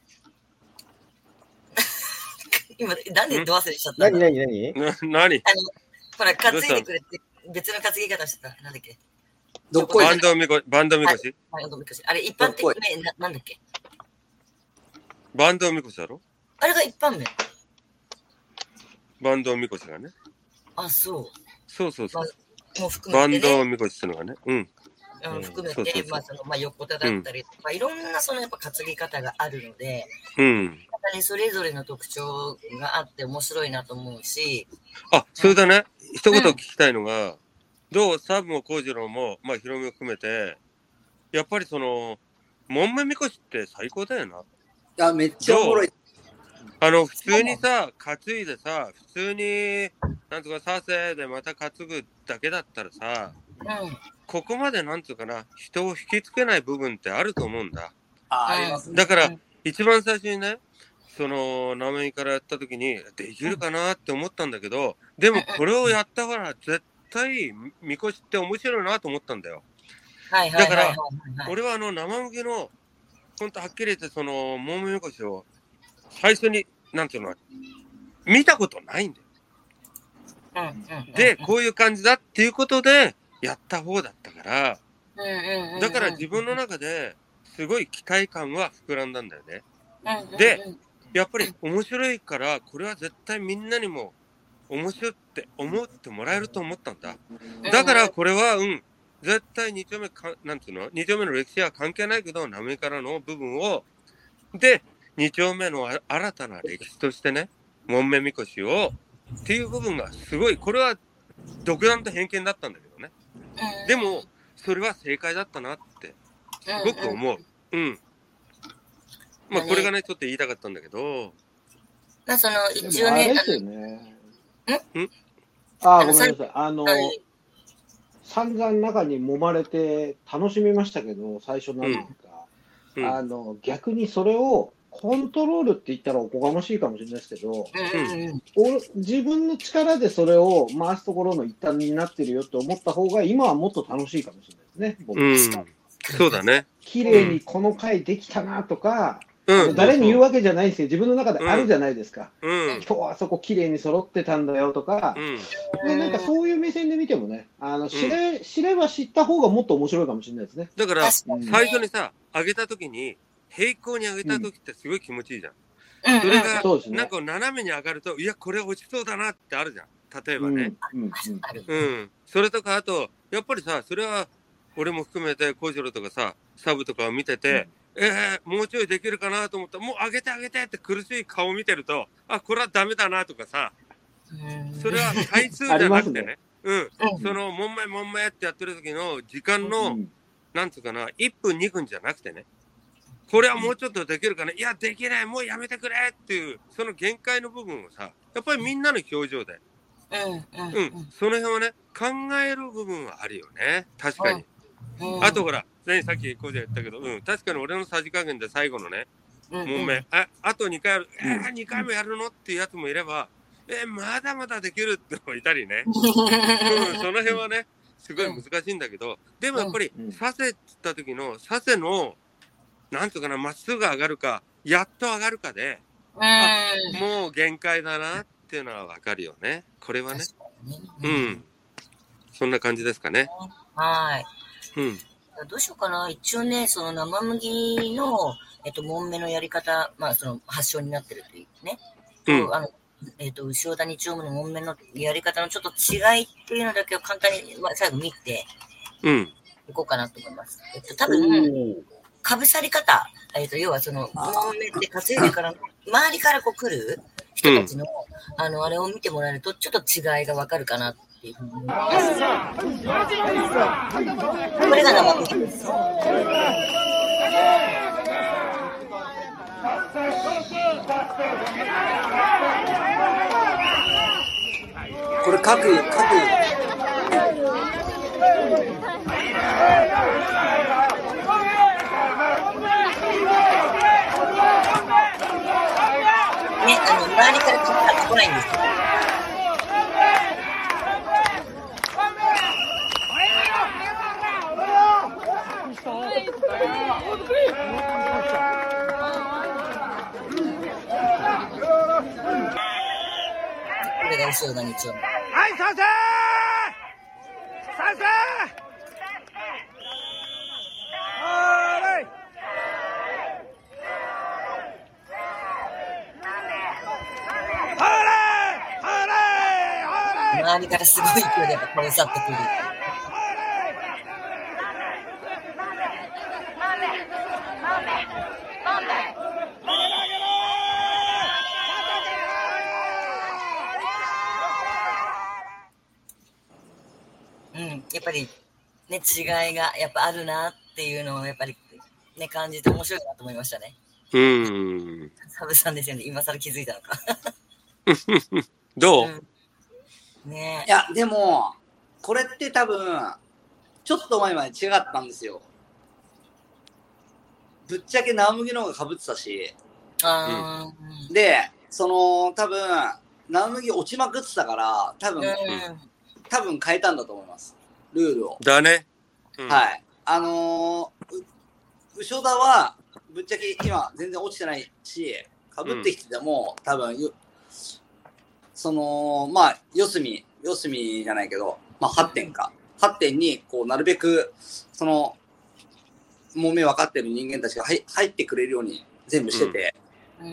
今、なんでど忘れしちゃったの？ 何何何何？あの、 ほら、担いでくれて、別の担ぎ方してた。なんだっけ？ どっこいバンドみこ、バンドみこし？ バンドみこし。あれ、一般的名、な、なんだっけ？ バンドみこしだろ？ あれが一般名。 バンドみこしがね。 あ、そう。 そうそうそう。 も含めて、ね、 バンドみこしっていうのがね。うん。 うん、含めて、うん、まあ、その、まあ、横田だったりとか、うん、いろんな、その、やっぱ担ぎ方があるので、 うん。 それぞれの特徴があって面白いなと思うし。 あ、それだね。うん、一言聞きたいのが、うん、どう、サブも幸次郎も、まあ、ヒロミを含めて、やっぱりその、もんめみこしって最高だよな。いや、めっちゃおもろい。 あの、普通にさ、担いでさ、普通に、なんとかさせでまた担ぐだけだったらさ、うん、ここまでなんつうかな、人を引きつけない部分ってあると思うんだ。 あ、ありますね。 だから、一番最初にね、その、生身からやった時に、できるかなって思ったんだけど、でもこれをやったから、絶対、みこしって面白いなと思ったんだよ。だから、俺はあの、生麦の、ほんとはっきり言って、その、もんめみこしを、最初に、なんていうの、見たことないんだよ。で、こういう感じだっていうことで、やった方だったから、だから自分の中ですごい期待感は膨らんだんだよね。で、やっぱり面白いから、これは絶対みんなにも面白いって思ってもらえると思ったんだ。だからこれは、うん、絶対に丁目か、なんていうの ?に 丁目の歴史は関係ないけど、なめからの部分を、で、に丁目の新たな歴史としてね、もんめみこしを、っていう部分がすごい、これは独断と偏見だったんだけどね。でも、それは正解だったなって、すごく思う。うん。まあ、これがね、ちょっと言いたかったんだけど。 まあ、その、一応ね。 あれですよね。んああ、ごめんなさい。あの、散々中に揉まれて楽しみましたけど、最初なんか、うん、あの、逆にそれを、コントロールって言ったらおこがましいかもしれないですけど、うん、自分の力でそれを回すところの一端になってるよって思った方が今はもっと楽しいかもしれないですね、僕、 うん、そうだね。 綺麗にこの回できたなとか、うん、誰に言うわけじゃないんですけど、自分の中であるじゃないですか。うん、今日はそこ綺麗に揃ってたんだよとか、うん、でなんかそういう目線で見てもね、あの知れ、うん、知れば知った方がもっと面白いかもしれないですね。 だから、最初にさ、上げたときに、平行に上げた時ってすごい気持ちいいじゃん。うん、それが、うん、なんか斜めに上がると、いや、これ落ちそうだなってあるじゃん。例えばね。うん。うん、それとか、あと、やっぱりさ、それは、俺も含めて、小次郎とかさ、サブとかを見てて、うん、えー、もうちょいできるかなと思ったら、もう上げて上げてって苦しい顔を見てると、あ、これはダメだなとかさ、それは回数じゃなくてね、ねうん、うん。その、もんまいもんまいってやってる時の時間の、うん、なんつうかな、いっぷんにふんじゃなくてね、これはもうちょっとできるかな、いや、できない、もうやめてくれっていう、その限界の部分をさ、やっぱりみんなの表情で、うん、うん、その辺はね、考える部分はあるよね、確かに。あとほら、ね、さっきこうで言ったけど、うん、確かに俺のさじ加減で最後のね、もんめ、あ、あとにかいある、えー、にかいもやるのっていうやつもいれば、えー、まだまだできるってのもいたりね、うん、その辺はね、すごい難しいんだけど、でもやっぱり、させって言った時の、させの、なんとかな、まっすぐ上がるか、やっと上がるかで、あ、もう限界だなっていうのはわかるよね。これはね。うん。そんな感じですかね。 はい。 うん。 どうしようかな。一応ね、その生麦の、えっと、もんめのやり方、まあ、その発祥になってるというね。うん。あの、えっと、後ろ谷町のもんめのやり方のちょっと違いっていうのだけを簡単に、まあ、最後見て、 うん。 いこうかなと思います。えっと、多分、かぶさり方、えっと、要はその、もんめって担いでから、周りからこう来る人たちの、うん、あの、あれを見てもらえると、ちょっと違いがわかるかなっていうふうに思います。これが生麦です。 これ各、各、 ね、あの、周りから来来ないんですよ。これが後ろ谷町。 はい、賛成賛成はーれはーれはーれ周りからすごい勢いで飛び去ってくる。うん、やっぱりね、違いがやっぱあるなっていうのをやっぱりね、感じて面白いなと思いましたね。 うん。 サブさんですよね、今更気づいたのか。 どう、 うん、ねいや、でも、これって多分、ちょっと前まで違ったんですよ。ぶっちゃけ生麦の方が被ってたし。 あうん、で、その、多分、生麦落ちまくってたから、多分、うん、多分変えたんだと思います。ルールを。 だね。 うん、はい。あのー、う、後田は、ぶっちゃけ今全然落ちてないし、被ってきてても、うん、多分、その、まあ、四隅、四隅じゃないけど、まあ、はってんか。はってんに、こう、なるべく、その、もう目分かってる人間たちが入入ってくれるように全部してて、うん、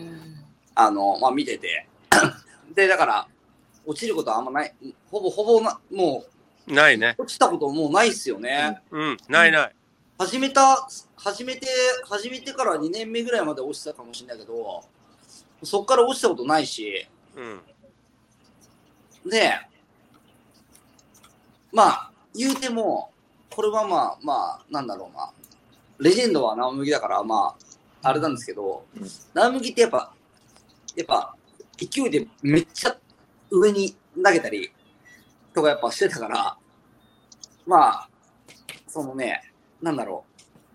あの、まあ、見てて。で、だから、落ちることはあんまない。ほぼほぼな、もう、ないね。 落ちたこともうないっすよね。 うん、うん、ないない。 始めた、始めて、始めてからにねんめぐらいまで落ちたかもしれないけど、そっから落ちたことないし、 うん。 で、まあ、言うても、これはまあ、まあ、なんだろうな。レジェンドは生麦だから、まあ、あれなんですけど、うん、生麦ってやっぱ、やっぱ、勢いでめっちゃ上に投げたりとかやっぱしてたから、まあ、そのね、なんだろ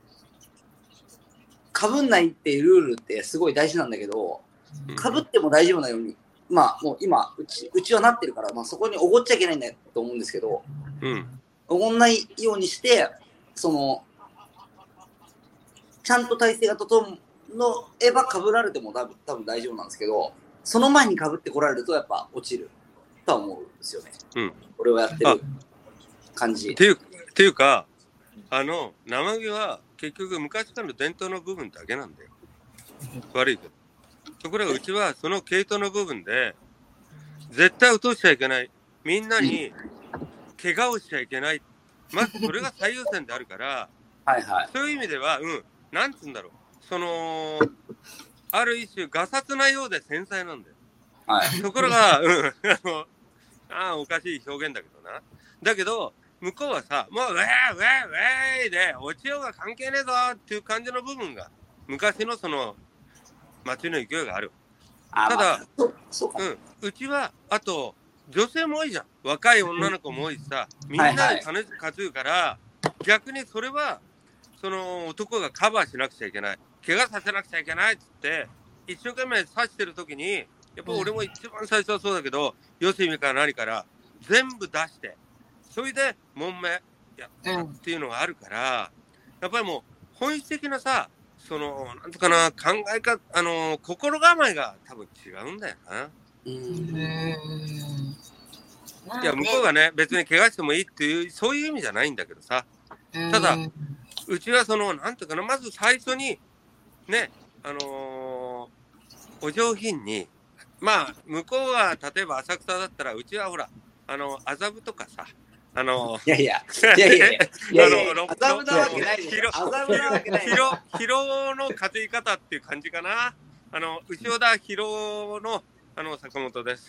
う。被んないっていうルールってすごい大事なんだけど、被っても大丈夫なように、まあもう今、うち、うちはなってるから、まあそこにおごっちゃいけないんだと思うんですけど、 うん。 おごんないようにして、その、ちゃんと体勢が整えば被られても多分、多分大丈夫なんですけど、その前に被ってこられるとやっぱ落ちるとは思うんですよね。 うん。 俺はやってる感じ。 っていう、っていうか、あの、生麦は結局昔からの伝統の部分だけなんだよ。悪いけど。ところがうちはその系統の部分で、絶対落としちゃいけない。みんなに怪我をしちゃいけない。まずそれが最優先であるから、 はいはい。 そういう意味では、うん、なんつうんだろう。その、ある一種、ガサツなようで繊細なんだよ。 はい。 ところが、うん、あの、ああ、おかしい表現だけどな。だけど、向こうはさ、もう、ウェーウェーウェーで、落ちようが関係ねえぞっていう感じの部分が、昔のその、街の勢いがある。ただ、まあ、う, うん、うちは、あと、女性も多いじゃん。若い女の子も多いしさ、みんなで金担ぐから、はいはい、逆にそれは、その男がカバーしなくちゃいけない。怪我させなくちゃいけないっつって、一生懸命刺してる時に、やっぱ俺も一番最初はそうだけど、四隅から何から、全部出して、それで、門目やったっていうのがあるから、やっぱりもう、本質的なさ、その、なんとかな、考え方、あの、心構えが多分違うんだよな。 うーん。まあね、 いや、向こうがね、別に怪我してもいいっていう、そういう意味じゃないんだけどさ。ただ、うちはその、なんていうかな、まず最初に、ね、あのー、お上品に、まあ、向こうは、例えば浅草だったら、うちはほら、あの、麻布とかさ、あのー、いやいや、いやいやいや、あの、麻布なわけないでしょ。麻布なわけない。 ヒロ、ヒロの担ぎ方っていう感じかな。あの、後田ヒロの、あの、坂本です。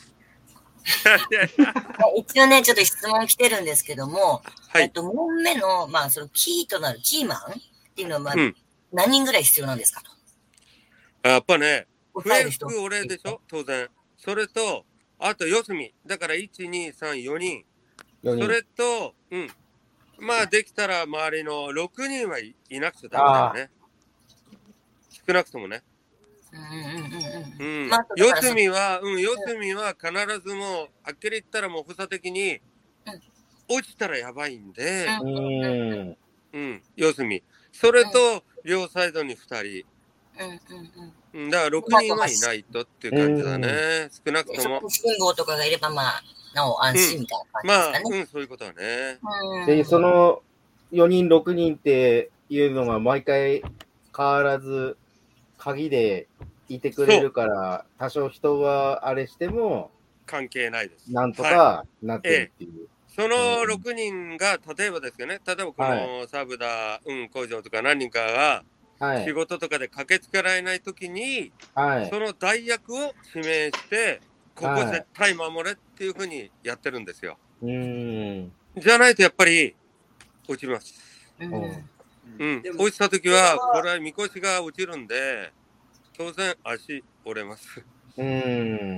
一応ね、ちょっと質問来てるんですけども、はい、えっと、門目の、まあ、そのキーとなるキーマンっていうのは、まあ、うん、何人ぐらい必要なんですかと。やっぱね、笛吹く俺でしょ、当然。それと、あと四隅。だから、いち、に、さん、よにん。それと、うん。まあ、できたら周りのろくにんはいなくちゃダメだよね。少なくともね。うん。四隅は、うん、四隅は必ずもう、あっきり言ったらもう、補佐的に、落ちたらやばいんで、うん。うん、四隅。それと、両サイドにふたり。うん。だから、ろくにんはいないとっていう感じだね。少なくとも。 信号とかがいれば、まあ、なお安心みたいな感じですかね。 まあ、うん、そういうことはね。 で、そのよにん、ろくにんっていうのが毎回変わらず、鍵でいてくれるから、多少人はあれしても、 関係ないです。 なんとかなってるっていう。 はい、そのろくにんが、例えばですよね、例えばこのサブダ、うん、工場とか何人かが、仕事とかで駆けつけられないときに、はい、その代役を指名して、ここ絶対守れっていうふうにやってるんですよ。 うん、 じゃないとやっぱり落ちます。うん、うん、落ちたときは、これはみこしが落ちるんで、当然足折れます。 うん、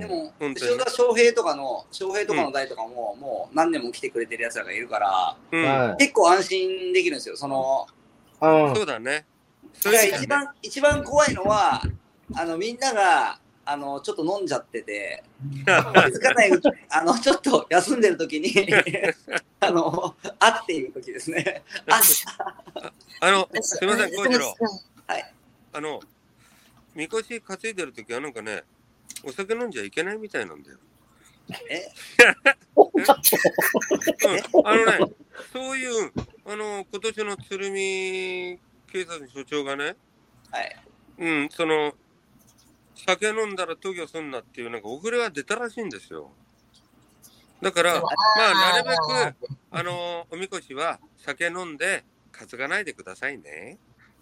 でも、後田翔平とかの、翔平とかの代とかも、うん、もう何年も来てくれてる奴らがいるから、うん、結構安心できるんですよ、その、 そうだね。 それが一番、一番怖いのは、あの、みんなが、あの、ちょっと飲んじゃってて、気づかないうち、あの、ちょっと休んでる時に、あの、あっていう時ですね。ああの、すみません、幸次郎。 はい。 あの、みこし担いでる時はなんかね、お酒飲んじゃいけないみたいなんだよ。 えうん、あのね、そういう、あの、今年の鶴見警察署長がね、 はい。 うん、その、酒飲んだら投与すんなっていう、なんか遅れが出たらしいんですよ。だから、まあ、なるべく、あの、おみこしは酒飲んで担がないでくださいね。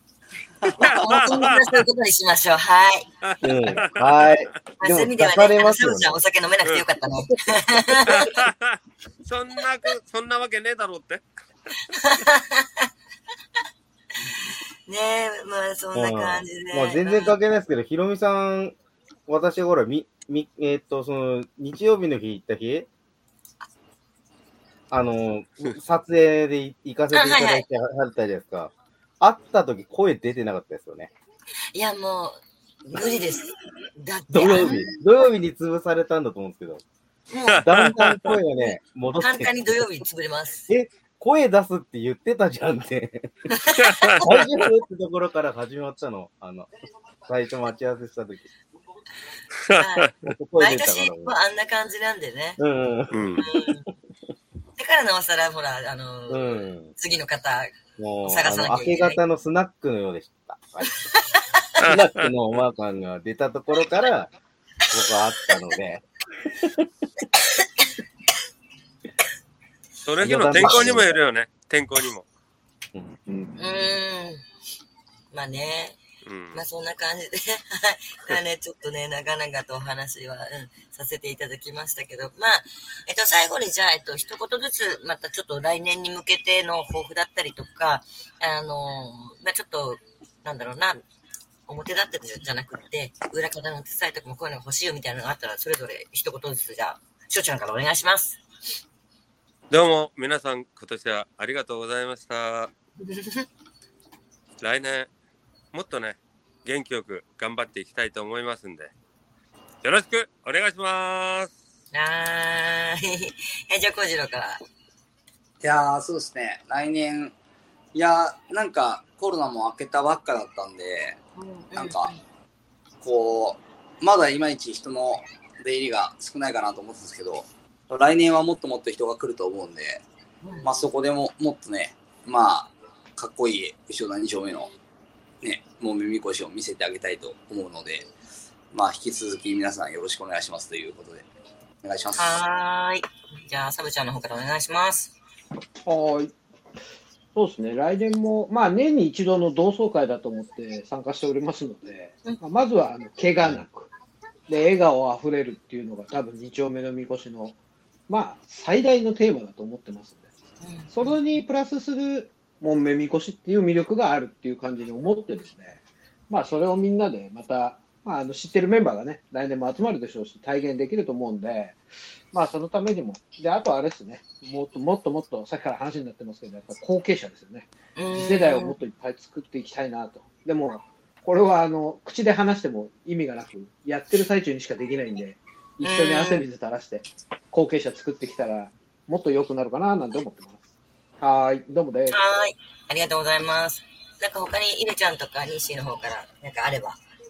そういうことにしましょう。はい。 うん、はい。 でも、出されますよね。お酒飲めなくてよかったね。 そんな、そんなわけねえだろうって。 ねえ、まあそんな感じで。 まあ全然関係ないですけど、ひろみさん、私ほら、み、み、えー、っと、その、日曜日の日行った日、あの、撮影で行かせていただいてはったじゃないですか。会った時声出てなかったですよね。 いや、もう、無理です。だって。 土曜日、土曜日に潰されたんだと思うんですけど。だんだん声がね、戻って簡単に土曜日に潰れます。 え声出すって言ってたじゃんって。大丈夫ってところから始まったの。あの、最初待ち合わせした時。 毎年あんな感じなんでね。 うん。うん。 だからなおさら、ほら、あの、うん、次の方、 もう、探さなきゃいけない。明け方のスナックのようでした。スナックのおまかんが出たところから、僕はあったので。 それでも天候にもよるよね。天候にも。 うん。うん。まあね。うん、まあそんな感じで、はい。ね、ちょっとね、長々とお話は、うん、させていただきましたけど、まあ、えっと、最後にじゃあ、えっと、一言ずつ、またちょっと来年に向けての抱負だったりとか、あの、まあちょっと、なんだろうな、表立ってじゃなくて、裏方の手伝いとかもこういうのが欲しいよみたいなのがあったら、それぞれ一言ずつ、じゃあ、しょちゃんからお願いします。 どうも、皆さん、今年はありがとうございました。来年、もっとね、元気よく頑張っていきたいと思いますんで、よろしくお願いします。 はーい。え、じゃあ、小次郎から。 いやー、そうですね。来年、いやー、なんかコロナも明けたばっかだったんで、うん、なんか、こう、まだいまいち人の出入りが少ないかなと思ってたんですけど、来年はもっともっと人が来ると思うんで、うん、まあそこでももっとね、まあ、かっこいい後ろのに丁目のね、もみみこしを見せてあげたいと思うので、まあ引き続き皆さんよろしくお願いしますということで、お願いします。 はーい。じゃあ、サブちゃんの方からお願いします。 はい。そうですね、来年も、まあ年に一度の同窓会だと思って参加しておりますので、うん、まあ、まずはあの怪我なく、で、笑顔あふれるっていうのが多分に丁目のみこしの、まあ最大のテーマだと思ってますので、うん、それにプラスする門目みこしっていう魅力があるっていう感じに思ってですね、まあそれをみんなでまた、まあ、あの知ってるメンバーがね、来年も集まるでしょうし、体現できると思うんで、まあそのためにも、で、あとはあれですね、もっともっともっと、さっきから話になってますけど、やっぱ後継者ですよね。次世代をもっといっぱい作っていきたいなと。でも、これはあの、口で話しても意味がなく、やってる最中にしかできないんで、一緒に汗水垂らして、後継者作ってきたら、もっと良くなるかななんて思ってます。はい、どうもです。 はい、ありがとうございます。なんか他にイルちゃんとかニーシーの方からなんかあれば。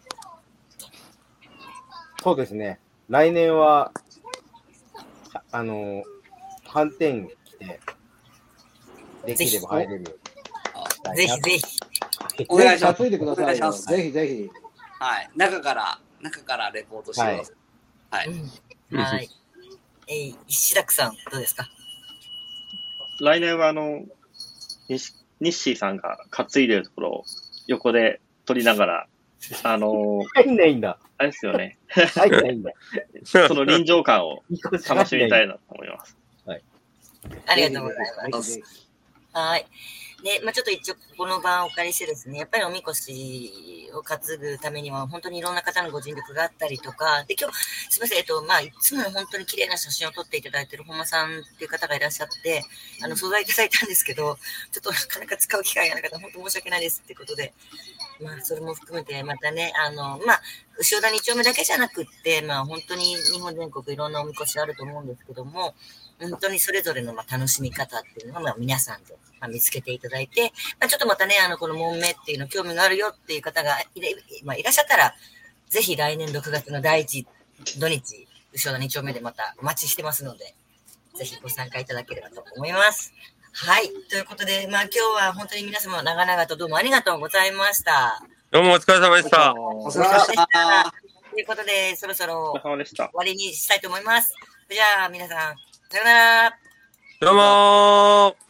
そうですね。来年はあの反転来てできれば入れる。 ぜひぜひ。お願いします。ついてくださいよ。ぜひぜひ。 はい。中から中からレポートしてください。はい。 はい。 えー、石田さん、どうですか？ 来年はあの、西ニッシーさんが担いでるところを横で撮りながら、あのー、 入んないんだ。 あれですよね。 入んないんだ。 その臨場感を楽しみたいなと思います。 はい。 ありがとうございます。はい。で、まあちょっと一応この場をお借りしてですね、やっぱりおみこしを担ぐためには本当にいろんな方のご尽力があったりとか、で、今日、すみません、えっと、まあいつも本当に綺麗な写真を撮っていただいている本間さんっていう方がいらっしゃって、あの、素材いただいたんですけど、ちょっとなかなか使う機会がなかったら本当申し訳ないですってことで、まあそれも含めてまたね、あの、まあ、後ろ田に丁目だけじゃなくって、まあ本当に日本全国いろんなおみこしあると思うんですけども、本当にそれぞれのまあ楽しみ方っていうのをまあ皆さんでまあ見つけていただいて、まあ、ちょっとまたね、あの、この門目っていうの興味があるよっていう方がいら、まあ、いらっしゃったら、ぜひ来年ろくがつのだいいち土日、後ろ田に丁目でまたお待ちしてますので、ぜひご参加いただければと思います。はい。ということで、まあ今日は本当に皆様長々とどうもありがとうございました。 どうもお疲れ様でした。 お疲れ様でした。ということで、そろそろ終わりにしたいと思います。じゃあ皆さん、さよなら。 どうもー。